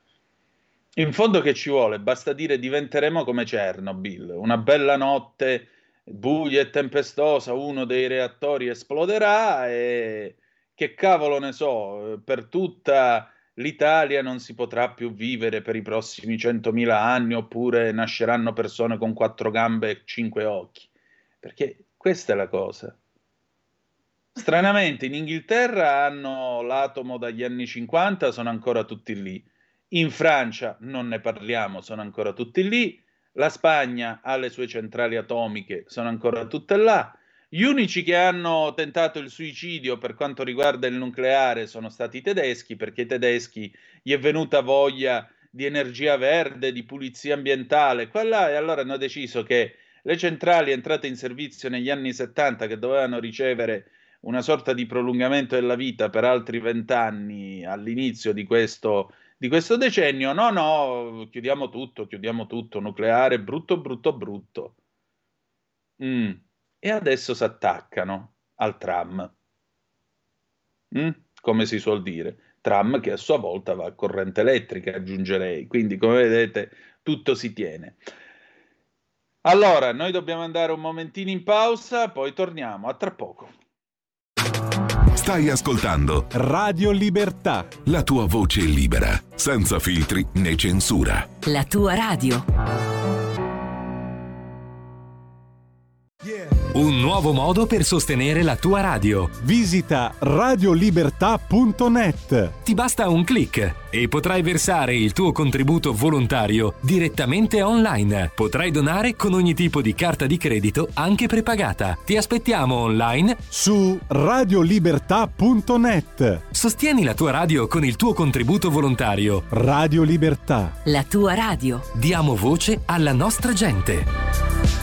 In fondo che ci vuole? Basta dire diventeremo come Chernobyl, una bella notte buia e tempestosa, uno dei reattori esploderà e che cavolo ne so, per tutta l'Italia non si potrà più vivere per i prossimi centomila anni, oppure nasceranno persone con quattro gambe e cinque occhi. Perché questa è la cosa. Stranamente in Inghilterra hanno l'atomo dagli anni cinquanta, sono ancora tutti lì. In Francia non ne parliamo, sono ancora tutti lì. La Spagna ha le sue centrali atomiche, sono ancora tutte là. Gli unici che hanno tentato il suicidio per quanto riguarda il nucleare sono stati i tedeschi, perché ai tedeschi gli è venuta voglia di energia verde, di pulizia ambientale, quella, e allora hanno deciso che le centrali entrate in servizio negli anni settanta, che dovevano ricevere una sorta di prolungamento della vita per altri vent'anni all'inizio di questo, di questo decennio, no, no, chiudiamo tutto, chiudiamo tutto, nucleare, brutto, brutto, brutto. Mm. E adesso si attaccano al tram, mm? Come si suol dire, tram che a sua volta va a corrente elettrica, aggiungerei, quindi come vedete tutto si tiene. Allora, noi dobbiamo andare un momentino in pausa, poi torniamo, a tra poco. Stai ascoltando Radio Libertà, la tua voce libera, senza filtri né censura. La tua radio. Un nuovo modo per sostenere la tua radio. Visita radiolibertà punto net. Ti basta un click e potrai versare il tuo contributo volontario direttamente online. Potrai donare con ogni tipo di carta di credito, anche prepagata. Ti aspettiamo online su radiolibertà punto net. Sostieni la tua radio con il tuo contributo volontario. Radio Libertà. La tua radio. Diamo voce alla nostra gente.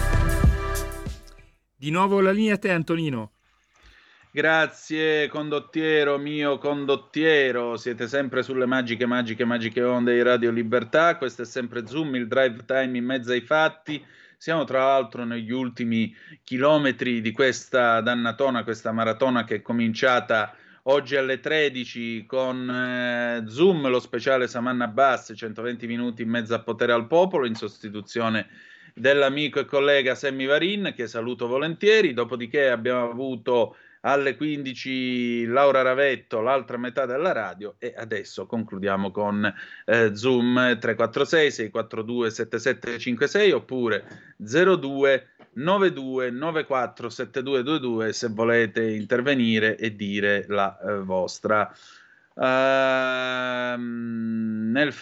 Di nuovo la linea a te, Antonino. Grazie condottiero, mio condottiero, siete sempre sulle magiche, magiche, magiche onde di Radio Libertà, questo è sempre Zoom, il drive time in mezzo ai fatti. Siamo tra l'altro negli ultimi chilometri di questa dannatona, questa maratona che è cominciata oggi alle tredici con eh, Zoom, lo speciale Samanna Abbas, centoventi minuti in mezzo a Potere al Popolo, in sostituzione dell'amico e collega Sammy Varin, che saluto volentieri. Dopodiché abbiamo avuto alle quindici Laura Ravetto, l'altra metà della radio, e adesso concludiamo con eh, Zoom tre quattro sei sei quattro due sette sette cinque sei oppure zero due nove due nove quattro sette due due due se volete intervenire e dire la eh, vostra. Uh, nel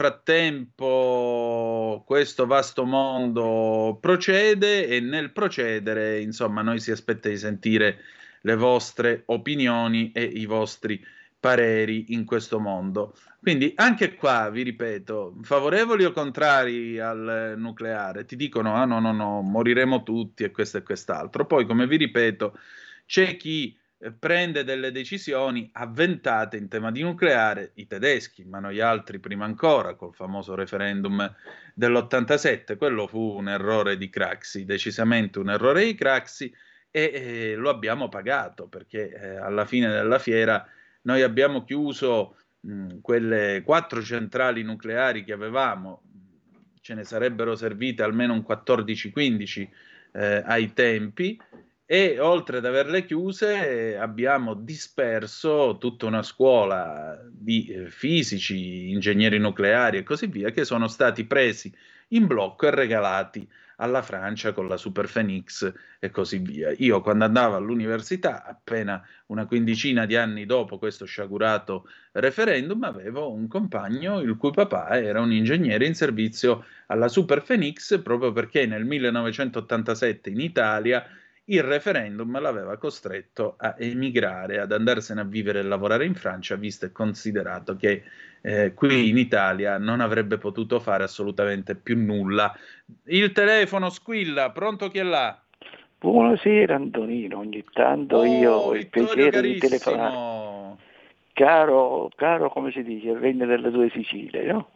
frattempo questo vasto mondo procede, e nel procedere, insomma, noi si aspetta di sentire le vostre opinioni e i vostri pareri in questo mondo. Quindi anche qua, vi ripeto, favorevoli o contrari al nucleare? Ti dicono, ah no, no, no, moriremo tutti e questo e quest'altro. Poi, come vi ripeto, c'è chi eh, prende delle decisioni avventate in tema di nucleare, i tedeschi, ma noi altri prima ancora, col famoso referendum dell'ottantasette. Quello fu un errore di Craxi, decisamente un errore di Craxi, e eh, lo abbiamo pagato, perché eh, alla fine della fiera noi abbiamo chiuso mh, quelle quattro centrali nucleari che avevamo, ce ne sarebbero servite almeno un quattordici quindici eh, ai tempi, e oltre ad averle chiuse eh, abbiamo disperso tutta una scuola di eh, fisici, ingegneri nucleari e così via, che sono stati presi in blocco e regalati alla Francia con la Super Phoenix e così via. Io, quando andavo all'università, appena una quindicina di anni dopo questo sciagurato referendum, avevo un compagno il cui papà era un ingegnere in servizio alla Super Phoenix, proprio perché nel millenovecentottantasette in Italia il referendum l'aveva costretto a emigrare, ad andarsene a vivere e lavorare in Francia, visto e considerato che eh, qui in Italia non avrebbe potuto fare assolutamente più nulla. Il telefono squilla, pronto, chi è là? Buonasera Antonino, ogni tanto oh, io ho il Vittorio piacere carissimo. di telefonare. Caro, caro, come si dice, il regno delle due Sicilie, no?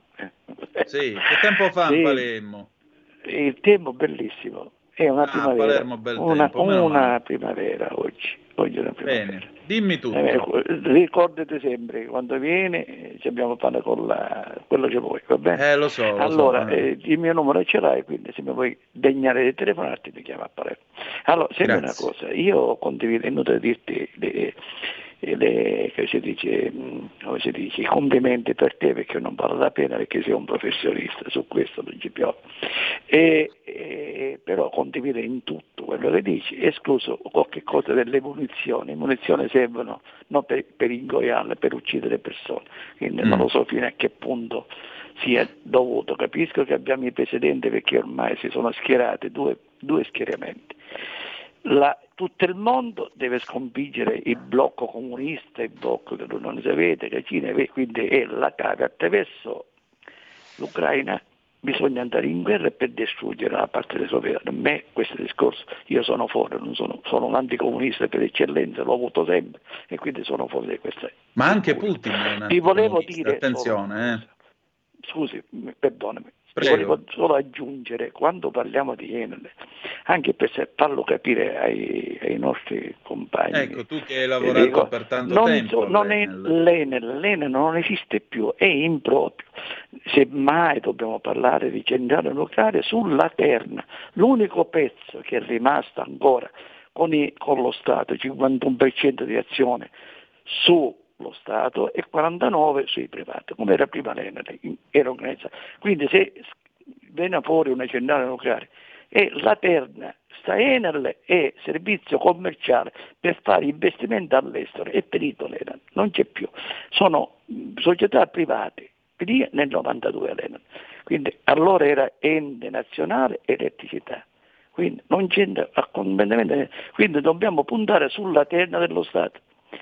Sì, che tempo fa sì. in Palermo? Il tempo bellissimo. È una ah, primavera, Palermo, bel una, tempo, una primavera oggi, oggi è una primavera. Bene, dimmi tutto. Eh, ricordati sempre che quando viene ci abbiamo fatto con la, quello che vuoi, va bene? Eh, lo so, lo allora, so, eh. eh, il mio numero ce l'hai, quindi se mi vuoi degnare di telefonarti mi chiama a Palermo. Allora, senti una cosa, io condivido, è inutile dirti le, le, che si dice, come si dice, i complimenti per te, perché non vale la pena, perché sei un professionista, su questo non ci piove. E, e, però condivido in tutto quello che dici, escluso qualche cosa delle munizioni. Le munizioni servono non per, per ingoiarle, per uccidere persone, quindi mm. non lo so fino a che punto sia dovuto. Capisco che abbiamo i precedenti, perché ormai si sono schierati due, due schieramenti. La, tutto il mondo deve sconfiggere il blocco comunista, il blocco che non sapete, che Cina, quindi è la cava attraverso l'Ucraina. Bisogna andare in guerra per distruggere la parte dei sovietici. A me questo discorso, io sono fuori, non sono, sono un anticomunista per eccellenza, l'ho avuto sempre e quindi sono fuori di questa. Ma anche Putin è un Ti volevo dire, attenzione, solo, eh. Scusi, perdonami. Prego. Volevo solo aggiungere, quando parliamo di Enel, anche per farlo capire ai, ai nostri compagni. Ecco, tu che hai lavorato dico, per tanto non tempo. So, non è l'Enel, l'Enel non esiste più, è improprio. Semmai dobbiamo parlare di centrale nucleare sulla Terna. L'unico pezzo che è rimasto ancora con, i, con lo Stato, cinquantuno per cento di azione su lo Stato e quarantanove per cento sui privati, come era prima l'Enel, era organizzata. Quindi se viene fuori una centrale nucleare e la Terna, sta Enel è servizio commerciale per fare investimenti all'estero, è finito l'Enel, non c'è più, sono società private, nel novantadue l'Enel, quindi allora era ente nazionale elettricità, quindi non c'entra a completamente, quindi dobbiamo puntare sulla Terna dello Stato.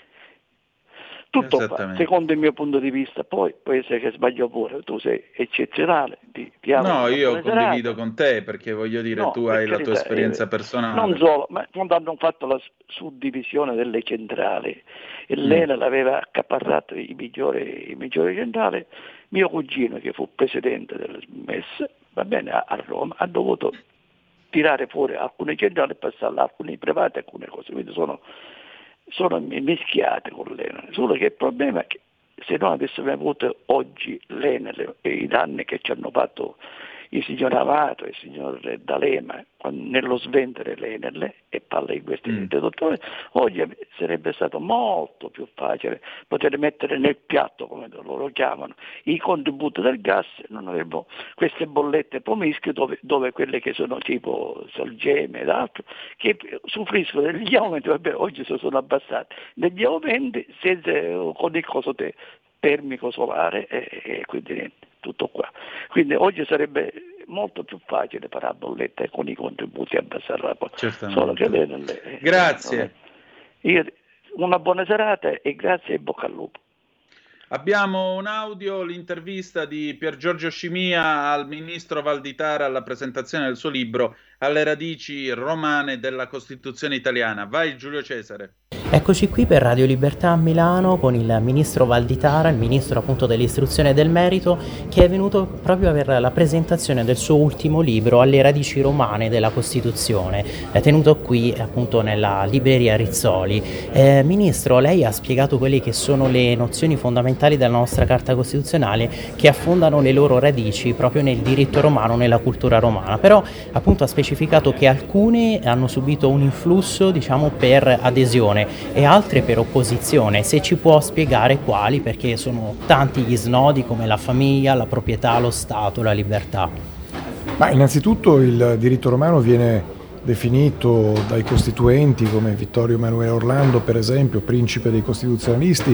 Tutto qua, secondo il mio punto di vista, poi può essere che sbaglio pure, tu sei eccezionale. Ti, ti no, io condivido con te, perché voglio dire, no, tu hai carità, la tua esperienza eh, personale. Non solo, ma quando hanno fatto la suddivisione delle centrali, e mm. l'Enel aveva accaparrato i migliori, i migliori centrali, mio cugino, che fu presidente del M E S, va bene, a, a Roma, ha dovuto tirare fuori alcune centrali e passarle a alcuni privati, alcune cose, quindi sono... sono mischiate con l'Enel, solo che il problema è che se non avessimo avuto oggi l'Enel e i danni che ci hanno fatto il signor Amato e il signor D'Alema nello svendere l'Enel, e parla di questi mm. dottori, oggi sarebbe stato molto più facile poter mettere nel piatto, come loro chiamano, i contributi del gas, non avremmo queste bollette promiscue dove, dove quelle che sono tipo Salgeme ed altro, che soffriscono degli aumenti, vabbè, oggi si sono abbassati, degli aumenti senza, con il coso te, termico solare e, e quindi niente, tutto qua. Quindi oggi sarebbe molto più facile fare la bolletta con i contributi e abbassare la bolletta. Solo che le, grazie. Io, una buona serata e grazie e bocca al lupo. Abbiamo un audio, l'intervista di Pier Giorgio Scimia al ministro Valditara alla presentazione del suo libro Alle radici romane della Costituzione italiana. Vai Giulio Cesare. Eccoci qui per Radio Libertà a Milano con il ministro Valditara, il ministro appunto dell'istruzione e del merito, che è venuto proprio per la presentazione del suo ultimo libro Alle radici romane della Costituzione, è tenuto qui appunto nella libreria Rizzoli. Eh, ministro, lei ha spiegato quelle che sono le nozioni fondamentali della nostra Carta Costituzionale che affondano le loro radici proprio nel diritto romano, nella cultura romana, però appunto ha specificato che alcune hanno subito un influsso, diciamo, per adesione e altre per opposizione. Se ci può spiegare quali, perché sono tanti gli snodi come la famiglia, la proprietà, lo Stato, la libertà. Ma innanzitutto il diritto romano viene definito dai costituenti come Vittorio Emanuele Orlando, per esempio, principe dei costituzionalisti,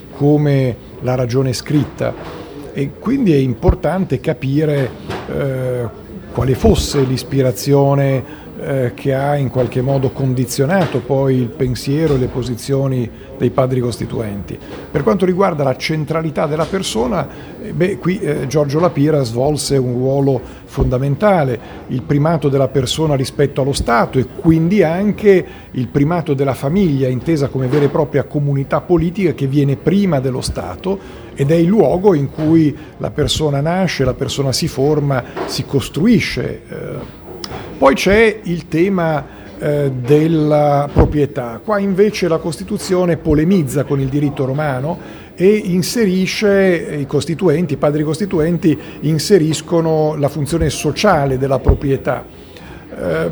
come la ragione scritta, e quindi è importante capire eh, quale fosse l'ispirazione che ha in qualche modo condizionato poi il pensiero e le posizioni dei padri costituenti. Per quanto riguarda la centralità della persona, eh, beh, qui eh, Giorgio La Pira svolse un ruolo fondamentale, il primato della persona rispetto allo Stato e quindi anche il primato della famiglia, intesa come vera e propria comunità politica che viene prima dello Stato ed è il luogo in cui la persona nasce, la persona si forma, si costruisce. Eh, Poi c'è il tema eh, della proprietà. Qua invece la Costituzione polemizza con il diritto romano e inserisce, i costituenti, i padri costituenti inseriscono la funzione sociale della proprietà. Eh,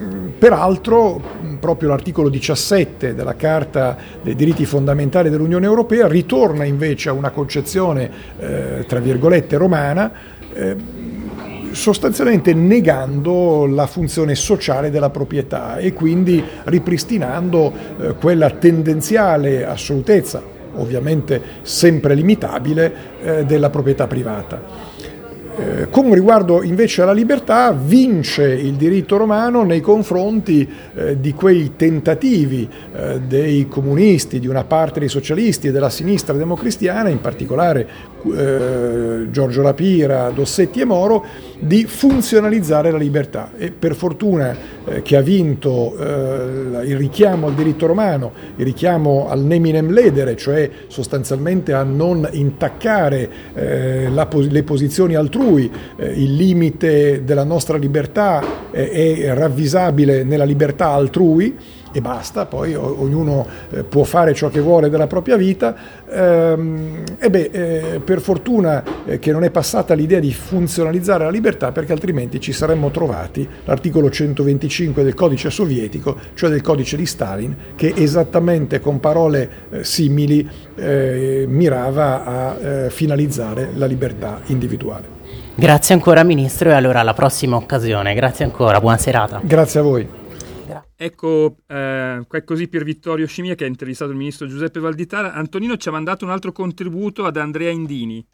peraltro proprio l'articolo diciassette della Carta dei diritti fondamentali dell'Unione Europea ritorna invece a una concezione eh, tra virgolette romana, eh, sostanzialmente negando la funzione sociale della proprietà e quindi ripristinando eh, quella tendenziale assolutezza, ovviamente sempre limitabile, eh, della proprietà privata. Eh, con riguardo invece alla libertà, vince il diritto romano nei confronti eh, di quei tentativi eh, dei comunisti, di una parte dei socialisti e della sinistra democristiana, in particolare eh, Giorgio La Pira, Dossetti e Moro, di funzionalizzare la libertà. E per fortuna eh, che ha vinto eh, il richiamo al diritto romano, il richiamo al neminem ledere, cioè sostanzialmente a non intaccare eh, la, le posizioni altrui. Il limite della nostra libertà è ravvisabile nella libertà altrui e basta, poi ognuno può fare ciò che vuole della propria vita. E beh, per fortuna che non è passata l'idea di funzionalizzare la libertà, perché altrimenti ci saremmo trovati l'articolo centoventicinque del codice sovietico, cioè del codice di Stalin, che esattamente con parole simili eh, mirava a eh, finalizzare la libertà individuale. Grazie ancora Ministro e allora alla prossima occasione. Grazie ancora, buona serata. Grazie a voi. Ecco, eh, è così Pier Vittorio Scimia che ha intervistato il ministro Giuseppe Valditara. Antonino ci ha mandato un altro contributo ad Andrea Indini.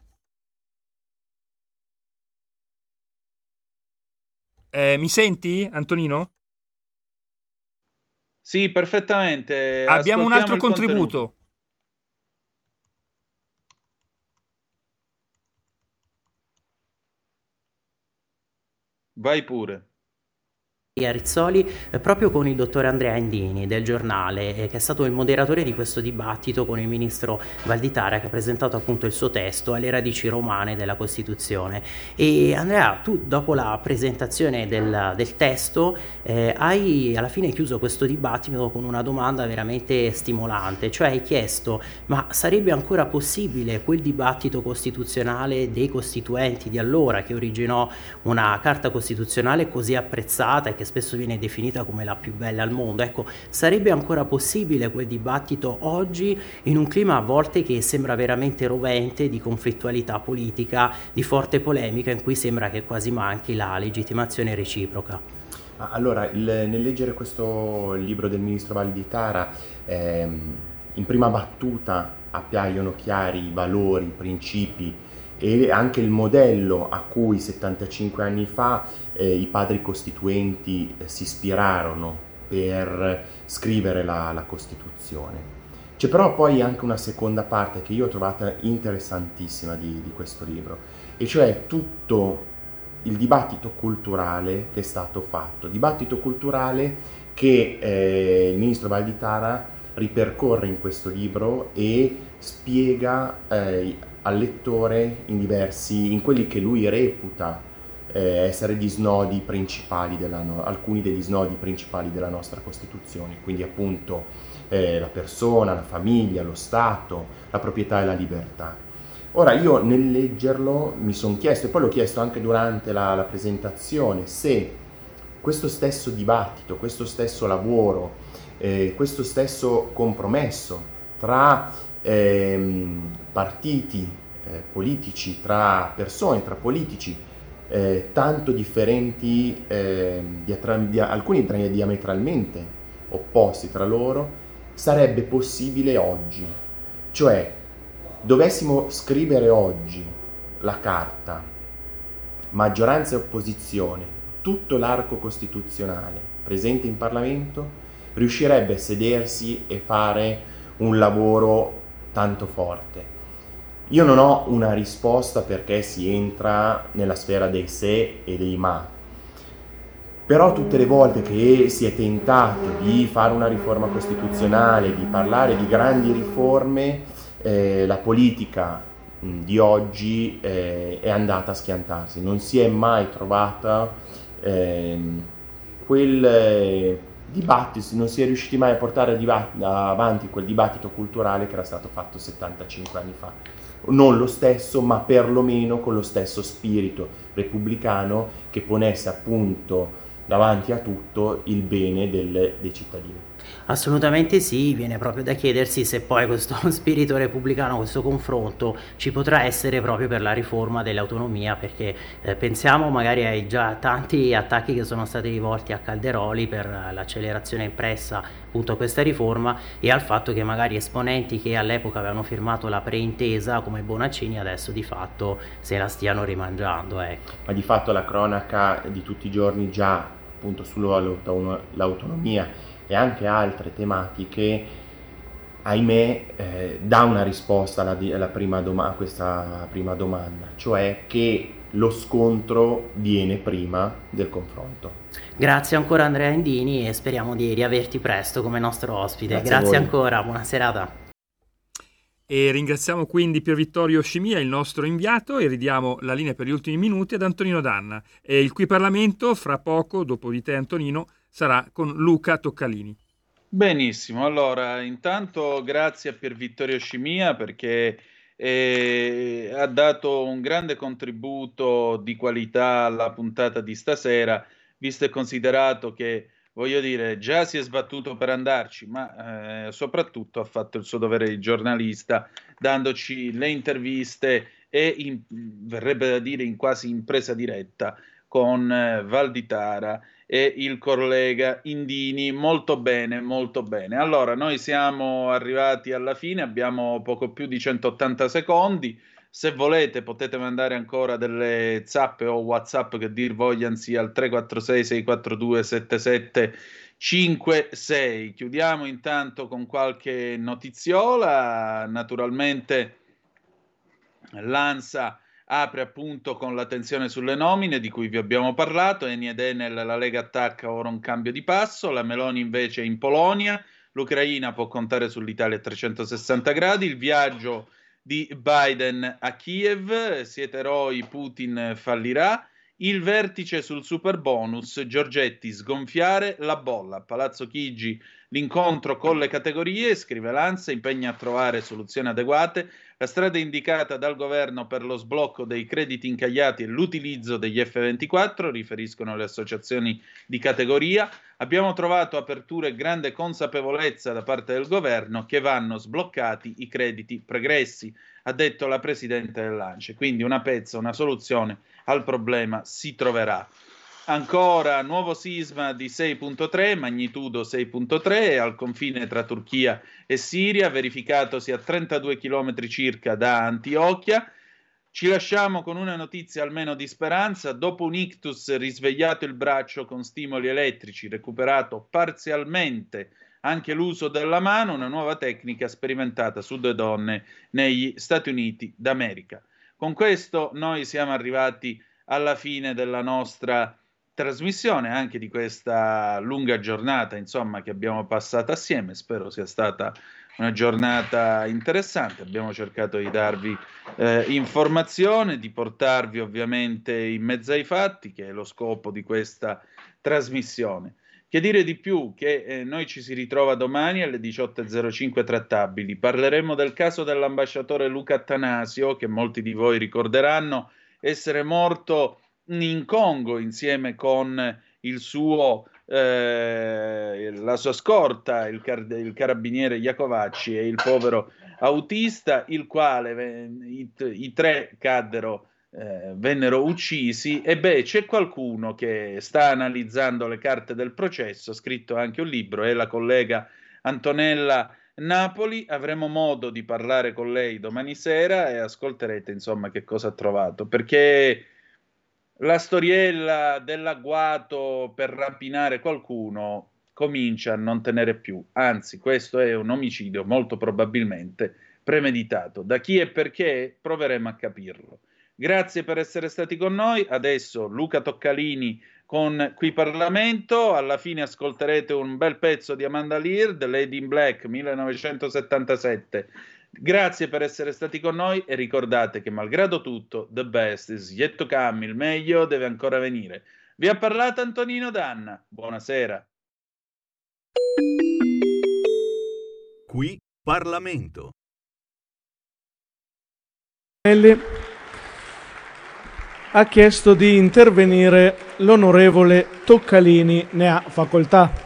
Eh, mi senti, Antonino? Sì, perfettamente. Abbiamo un altro contributo. Contenuto. Vai pure. Rizzoli eh, proprio con il dottore Andrea Endini del giornale, eh, che è stato il moderatore di questo dibattito con il ministro Valditara, che ha presentato appunto il suo testo alle radici romane della Costituzione. E Andrea, tu dopo la presentazione del, del testo eh, hai alla fine chiuso questo dibattito con una domanda veramente stimolante, cioè hai chiesto: ma sarebbe ancora possibile quel dibattito costituzionale dei costituenti di allora, che originò una carta costituzionale così apprezzata e che spesso viene definita come la più bella al mondo? Ecco, sarebbe ancora possibile quel dibattito oggi, in un clima a volte che sembra veramente rovente di conflittualità politica, di forte polemica, in cui sembra che quasi manchi la legittimazione reciproca? Allora, il, nel leggere questo libro del ministro Valditara, ehm, in prima battuta appaiono chiari i valori, i principi e anche il modello a cui settantacinque anni fa eh, i padri costituenti eh, si ispirarono per scrivere la, la Costituzione. C'è però poi anche una seconda parte che io ho trovata interessantissima di, di questo libro, e cioè tutto il dibattito culturale che è stato fatto, dibattito culturale che eh, il ministro Valditara ripercorre in questo libro e spiega eh, al lettore in diversi, in quelli che lui reputa eh, essere gli snodi principali della no- alcuni degli snodi principali della nostra Costituzione, quindi appunto eh, la persona, la famiglia, lo Stato, la proprietà e la libertà. Ora io nel leggerlo mi sono chiesto, e poi l'ho chiesto anche durante la, la presentazione, se questo stesso dibattito, questo stesso lavoro, eh, questo stesso compromesso tra ehm, partiti eh, politici, tra persone, tra politici eh, tanto differenti, eh, diatra- dia- alcuni tra- diametralmente opposti tra loro, sarebbe possibile oggi. Cioè, dovessimo scrivere oggi la carta, maggioranza e opposizione, tutto l'arco costituzionale presente in Parlamento, riuscirebbe a sedersi e fare un lavoro tanto forte. Io non ho una risposta, perché si entra nella sfera dei se e dei ma, però tutte le volte che si è tentato di fare una riforma costituzionale, di parlare di grandi riforme, eh, la politica mh, di oggi eh, è andata a schiantarsi, non si è mai trovata eh, quel eh, dibattito, non si è riusciti mai a portare dibatt- avanti quel dibattito culturale che era stato fatto settantacinque anni fa. Non lo stesso, ma perlomeno con lo stesso spirito repubblicano che ponesse appunto davanti a tutto il bene del, dei cittadini. Assolutamente sì, viene proprio da chiedersi se poi questo spirito repubblicano, questo confronto ci potrà essere proprio per la riforma dell'autonomia, perché eh, pensiamo magari ai già tanti attacchi che sono stati rivolti a Calderoli per l'accelerazione impressa appunto a questa riforma, e al fatto che magari esponenti che all'epoca avevano firmato la preintesa come Bonaccini adesso di fatto se la stiano rimangiando. Ecco. Ma di fatto la cronaca di tutti i giorni già appunto sull'autonomia e anche altre tematiche, ahimè, eh, dà una risposta alla, alla prima doma- a questa prima domanda, cioè che lo scontro viene prima del confronto. Grazie ancora Andrea Endini e speriamo di riaverti presto come nostro ospite. Grazie, Grazie ancora, buona serata. E ringraziamo quindi Pier Vittorio Scimia, il nostro inviato, e ridiamo la linea per gli ultimi minuti ad Antonino Danna. E il Qui Parlamento, fra poco, dopo di te Antonino, sarà con Luca Toccalini. Benissimo, allora intanto grazie a Pier Vittorio Scimia, perché eh, ha dato un grande contributo di qualità alla puntata di stasera, visto e considerato che, voglio dire, già si è sbattuto per andarci, ma eh, soprattutto ha fatto il suo dovere di giornalista, dandoci le interviste e in, verrebbe da dire in quasi in presa diretta con eh, Valditara e il collega Indini. Molto bene, molto bene. Allora, noi siamo arrivati alla fine, abbiamo poco più di centottanta secondi. Se volete potete mandare ancora delle zappe o WhatsApp che dir vogliansi al tre quattro sei sei quattro due sette sette cinque sei. Chiudiamo intanto con qualche notiziola. Naturalmente l'ANSA apre appunto con la tensione sulle nomine di cui vi abbiamo parlato, Eni ed Enel, la Lega attacca ora un cambio di passo, la Meloni invece in Polonia, l'Ucraina può contare sull'Italia a trecentosessanta gradi, il viaggio di Biden a Kiev, siete eroi, Putin fallirà, il vertice sul super bonus, Giorgetti sgonfiare la bolla, a Palazzo Chigi l'incontro con le categorie, scrive l'Ansa, impegna a trovare soluzioni adeguate, la strada indicata dal governo per lo sblocco dei crediti incagliati e l'utilizzo degli effe ventiquattro, riferiscono le associazioni di categoria, abbiamo trovato apertura e grande consapevolezza da parte del governo che vanno sbloccati i crediti pregressi, ha detto la Presidente dell'A N C E, quindi una pezza, una soluzione al problema si troverà. Ancora nuovo sisma di sei virgola tre, magnitudo sei virgola tre, al confine tra Turchia e Siria, verificatosi a trentadue chilometri circa da Antiochia. Ci lasciamo con una notizia almeno di speranza, dopo un ictus risvegliato il braccio con stimoli elettrici, recuperato parzialmente anche l'uso della mano, una nuova tecnica sperimentata su due donne negli Stati Uniti d'America. Con questo noi siamo arrivati alla fine della nostra trasmissione, anche di questa lunga giornata, insomma, che abbiamo passato assieme. Spero sia stata una giornata interessante. Abbiamo cercato di darvi eh, informazione, di portarvi ovviamente in mezzo ai fatti, che è lo scopo di questa trasmissione. Che dire di più? Che eh, noi ci si ritrova domani alle diciotto e zero cinque trattabili. Parleremo del caso dell'ambasciatore Luca Attanasio, che molti di voi ricorderanno essere morto in Congo insieme con il suo, eh, la sua scorta, il, car- il carabiniere Iacovacci e il povero autista, il quale i, i tre caddero, eh, vennero uccisi. E beh, c'è qualcuno che sta analizzando le carte del processo, ha scritto anche un libro, è la collega Antonella Napoli. Avremo modo di parlare con lei domani sera e ascolterete insomma che cosa ha trovato, perché la storiella dell'agguato per rapinare qualcuno comincia a non tenere più, anzi questo è un omicidio molto probabilmente premeditato. Da chi e perché proveremo a capirlo. Grazie per essere stati con noi, adesso Luca Toccalini con Qui Parlamento, alla fine ascolterete un bel pezzo di Amanda Lear, The Lady in Black millenovecentosettantasette. Grazie per essere stati con noi e ricordate che malgrado tutto, the best is yet to come, il meglio deve ancora venire. Vi ha parlato Antonino Danna, buonasera. Qui Parlamento. Ha chiesto di intervenire l'onorevole Toccalini, ne ha facoltà.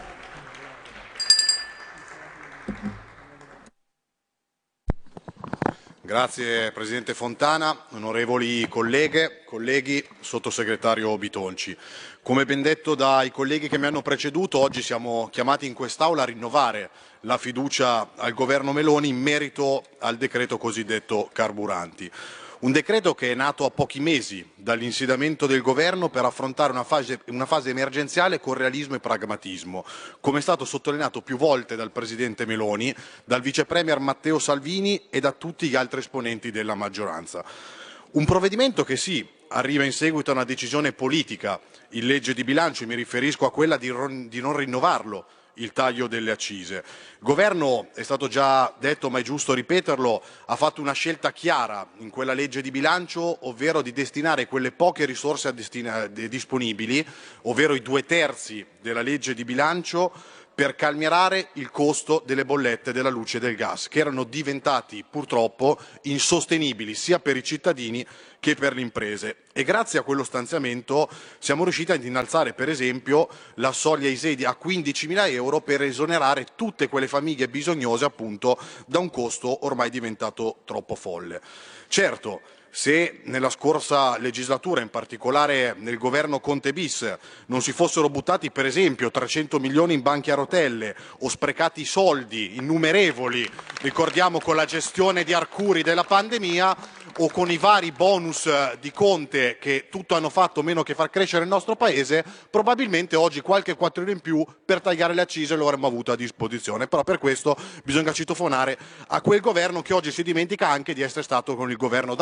Grazie Presidente Fontana, onorevoli colleghe, colleghi, Sottosegretario Bitonci. Come ben detto dai colleghi che mi hanno preceduto, oggi siamo chiamati in quest'Aula a rinnovare la fiducia al governo Meloni in merito al decreto cosiddetto carburanti. Un decreto che è nato a pochi mesi dall'insediamento del governo per affrontare una fase, una fase emergenziale con realismo e pragmatismo, come è stato sottolineato più volte dal Presidente Meloni, dal Vice Premier Matteo Salvini e da tutti gli altri esponenti della maggioranza. Un provvedimento che sì, arriva in seguito a una decisione politica in legge di bilancio, mi riferisco a quella di, di non rinnovarlo, il taglio delle accise. Il governo, è stato già detto ma è giusto ripeterlo, ha fatto una scelta chiara in quella legge di bilancio, ovvero di destinare quelle poche risorse destina- disponibili, ovvero i due terzi della legge di bilancio, per calmierare il costo delle bollette della luce e del gas, che erano diventati purtroppo insostenibili sia per i cittadini che per le imprese. E grazie a quello stanziamento siamo riusciti ad innalzare, per esempio, la soglia I S E E a quindicimila euro per esonerare tutte quelle famiglie bisognose appunto da un costo ormai diventato troppo folle. Certo, se nella scorsa legislatura, in particolare nel governo Conte bis, non si fossero buttati per esempio trecento milioni in banchi a rotelle o sprecati soldi innumerevoli, ricordiamo con la gestione di Arcuri della pandemia o con i vari bonus di Conte che tutto hanno fatto meno che far crescere il nostro paese, probabilmente oggi qualche quattrino in più per tagliare le accise lo avremmo avuto a disposizione. Però per questo bisogna citofonare a quel governo che oggi si dimentica anche di essere stato con il governo Draghi,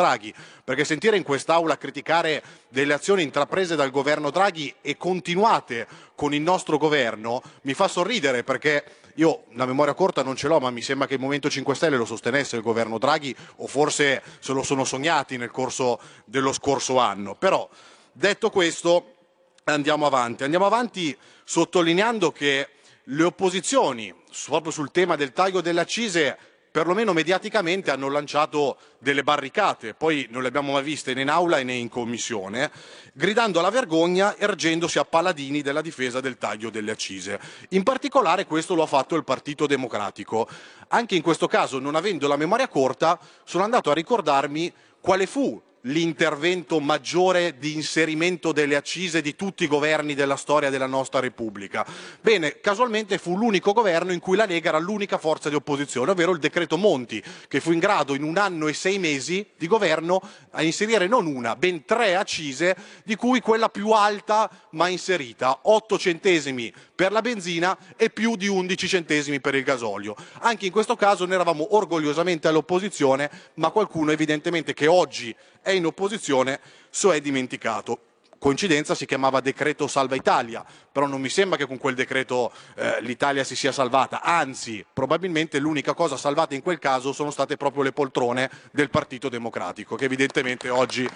perché sentire in quest'Aula criticare delle azioni intraprese dal governo Draghi e continuate con il nostro governo mi fa sorridere, perché io la memoria corta non ce l'ho, ma mi sembra che il Movimento cinque Stelle lo sostenesse il governo Draghi, o forse se lo sono sognati nel corso dello scorso anno. Però, detto questo, andiamo avanti. Andiamo avanti sottolineando che le opposizioni, proprio sul tema del taglio delle accise, perlomeno mediaticamente hanno lanciato delle barricate, poi non le abbiamo mai viste né in aula né in commissione, gridando alla vergogna, ergendosi a paladini della difesa del taglio delle accise. In particolare questo lo ha fatto il Partito Democratico. Anche in questo caso, non avendo la memoria corta, sono andato a ricordarmi quale fu l'intervento maggiore di inserimento delle accise di tutti i governi della storia della nostra Repubblica. Bene, casualmente fu l'unico governo in cui la Lega era l'unica forza di opposizione, ovvero il decreto Monti, che fu in grado in un anno e sei mesi di governo a inserire non una, ben tre accise, di cui quella più alta mai inserita, otto centesimi per la benzina e più di undici centesimi per il gasolio. Anche in questo caso noi eravamo orgogliosamente all'opposizione, ma qualcuno evidentemente che oggi è in opposizione se è dimenticato. Coincidenza, si chiamava decreto Salva Italia, però non mi sembra che con quel decreto eh, l'Italia si sia salvata, anzi probabilmente l'unica cosa salvata in quel caso sono state proprio le poltrone del Partito Democratico, che evidentemente oggi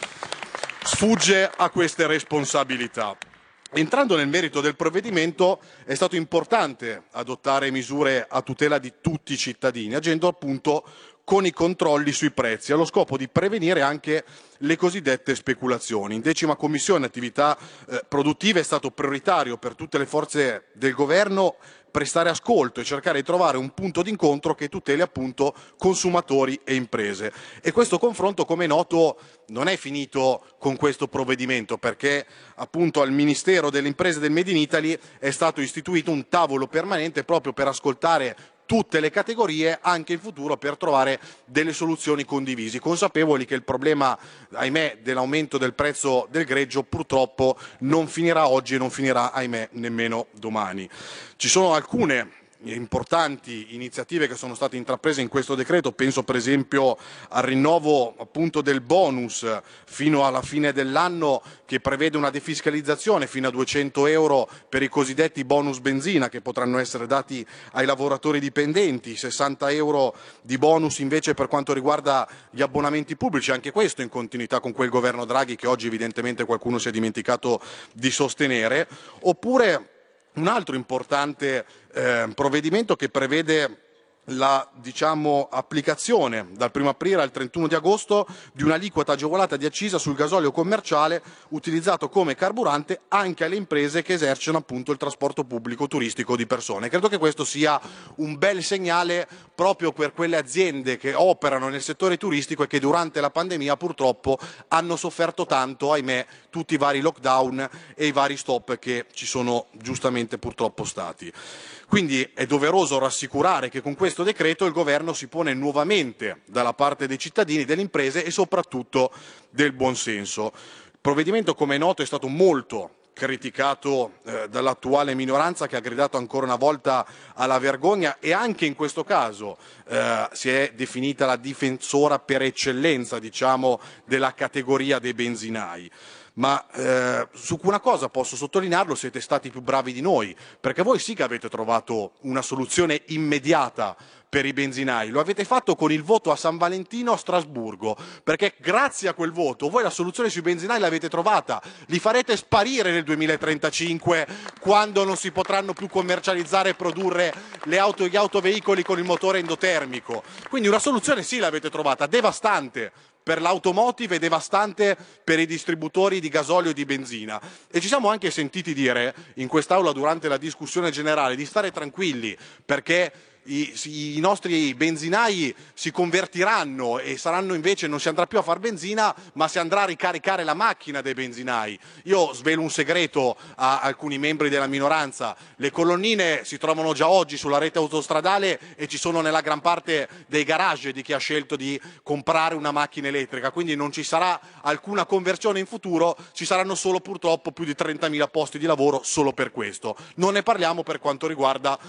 sfugge a queste responsabilità. Entrando nel merito del provvedimento, è stato importante adottare misure a tutela di tutti i cittadini, agendo appunto con i controlli sui prezzi, allo scopo di prevenire anche le cosiddette speculazioni. In decima commissione attività eh, produttive è stato prioritario per tutte le forze del governo prestare ascolto e cercare di trovare un punto d'incontro che tuteli appunto consumatori e imprese. E questo confronto, come è noto, non è finito con questo provvedimento, perché appunto al Ministero delle Imprese del Made in Italy è stato istituito un tavolo permanente proprio per ascoltare tutte le categorie anche in futuro, per trovare delle soluzioni condivisi, consapevoli che il problema, ahimè, dell'aumento del prezzo del greggio purtroppo non finirà oggi e non finirà, ahimè, nemmeno domani. Ci sono alcune importanti iniziative che sono state intraprese in questo decreto, penso per esempio al rinnovo appunto del bonus fino alla fine dell'anno, che prevede una defiscalizzazione fino a duecento euro per i cosiddetti bonus benzina, che potranno essere dati ai lavoratori dipendenti, sessanta euro di bonus invece per quanto riguarda gli abbonamenti pubblici, anche questo in continuità con quel governo Draghi che oggi evidentemente qualcuno si è dimenticato di sostenere. Oppure un altro importante eh, provvedimento che prevede la diciamo, applicazione dal primo aprile al trentuno di agosto di un'aliquota agevolata di accisa sul gasolio commerciale utilizzato come carburante anche alle imprese che esercitano appunto il trasporto pubblico turistico di persone. Credo che questo sia un bel segnale proprio per quelle aziende che operano nel settore turistico e che durante la pandemia purtroppo hanno sofferto tanto, ahimè, tutti i vari lockdown e i vari stop che ci sono giustamente purtroppo stati. Quindi è doveroso rassicurare che con questo decreto il governo si pone nuovamente dalla parte dei cittadini, delle imprese e soprattutto del buonsenso. Il provvedimento, come è noto, è stato molto criticato eh, dall'attuale minoranza, che ha gridato ancora una volta alla vergogna, e anche in questo caso eh, si è definita la difensora per eccellenza, diciamo, della categoria dei benzinai. Ma eh, su una cosa posso sottolinearlo: siete stati più bravi di noi, perché voi sì che avete trovato una soluzione immediata per i benzinai. Lo avete fatto con il voto a San Valentino a Strasburgo, perché grazie a quel voto voi la soluzione sui benzinai l'avete trovata. Li farete sparire nel duemilatrentacinque, quando non si potranno più commercializzare e produrre le auto, gli autoveicoli con il motore endotermico. Quindi una soluzione sì l'avete trovata, devastante per l'automotive e devastante per i distributori di gasolio e di benzina. E ci siamo anche sentiti dire in quest'Aula durante la discussione generale di stare tranquilli, perché I, i nostri benzinai si convertiranno e saranno invece, non si andrà più a far benzina, ma si andrà a ricaricare la macchina dei benzinai. Io svelo un segreto a alcuni membri della minoranza: le colonnine si trovano già oggi sulla rete autostradale e ci sono nella gran parte dei garage di chi ha scelto di comprare una macchina elettrica, quindi non ci sarà alcuna conversione in futuro, ci saranno solo purtroppo più di trentamila posti di lavoro solo per questo. Non ne parliamo per quanto riguarda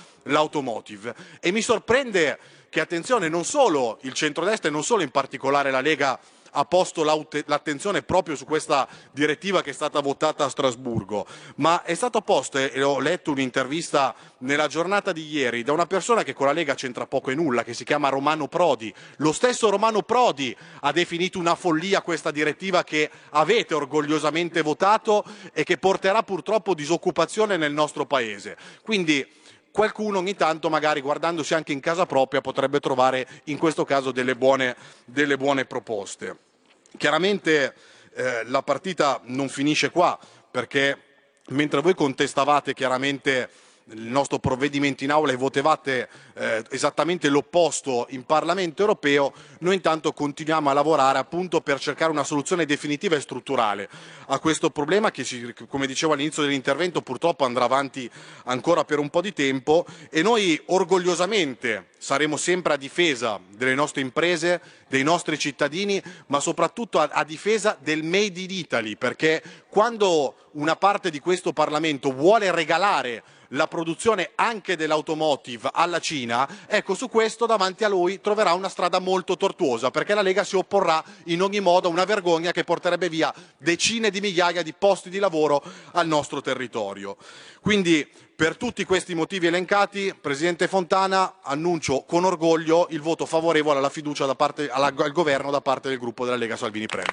l'automotive. E mi sorprende che, attenzione, non solo il centrodestra e non solo in particolare la Lega ha posto l'attenzione proprio su questa direttiva che è stata votata a Strasburgo, ma è stato posto, e ho letto un'intervista nella giornata di ieri da una persona che con la Lega c'entra poco e nulla, che si chiama Romano Prodi. Lo stesso Romano Prodi ha definito una follia questa direttiva che avete orgogliosamente votato e che porterà purtroppo disoccupazione nel nostro paese. Quindi qualcuno ogni tanto, magari guardandosi anche in casa propria, potrebbe trovare in questo caso delle buone, delle buone proposte. Chiaramente eh, la partita non finisce qua, perché mentre voi contestavate chiaramente il nostro provvedimento in aula e votevate eh, esattamente l'opposto in Parlamento europeo, noi intanto continuiamo a lavorare appunto per cercare una soluzione definitiva e strutturale a questo problema che, ci, come dicevo all'inizio dell'intervento, purtroppo andrà avanti ancora per un po' di tempo, e noi orgogliosamente saremo sempre a difesa delle nostre imprese, dei nostri cittadini, ma soprattutto a, a difesa del Made in Italy, perché quando una parte di questo Parlamento vuole regalare la produzione anche dell'automotive alla Cina, ecco, su questo davanti a lui troverà una strada molto tortuosa, perché la Lega si opporrà in ogni modo a una vergogna che porterebbe via decine di migliaia di posti di lavoro al nostro territorio. Quindi, per tutti questi motivi elencati, Presidente Fontana, annuncio con orgoglio il voto favorevole alla fiducia da parte, alla, al governo da parte del gruppo della Lega Salvini Premier.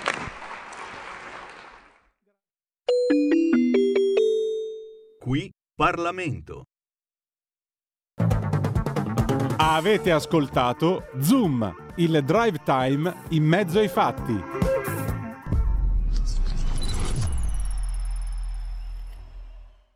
Qui Parlamento. Avete ascoltato Zoom, il drive time in mezzo ai fatti.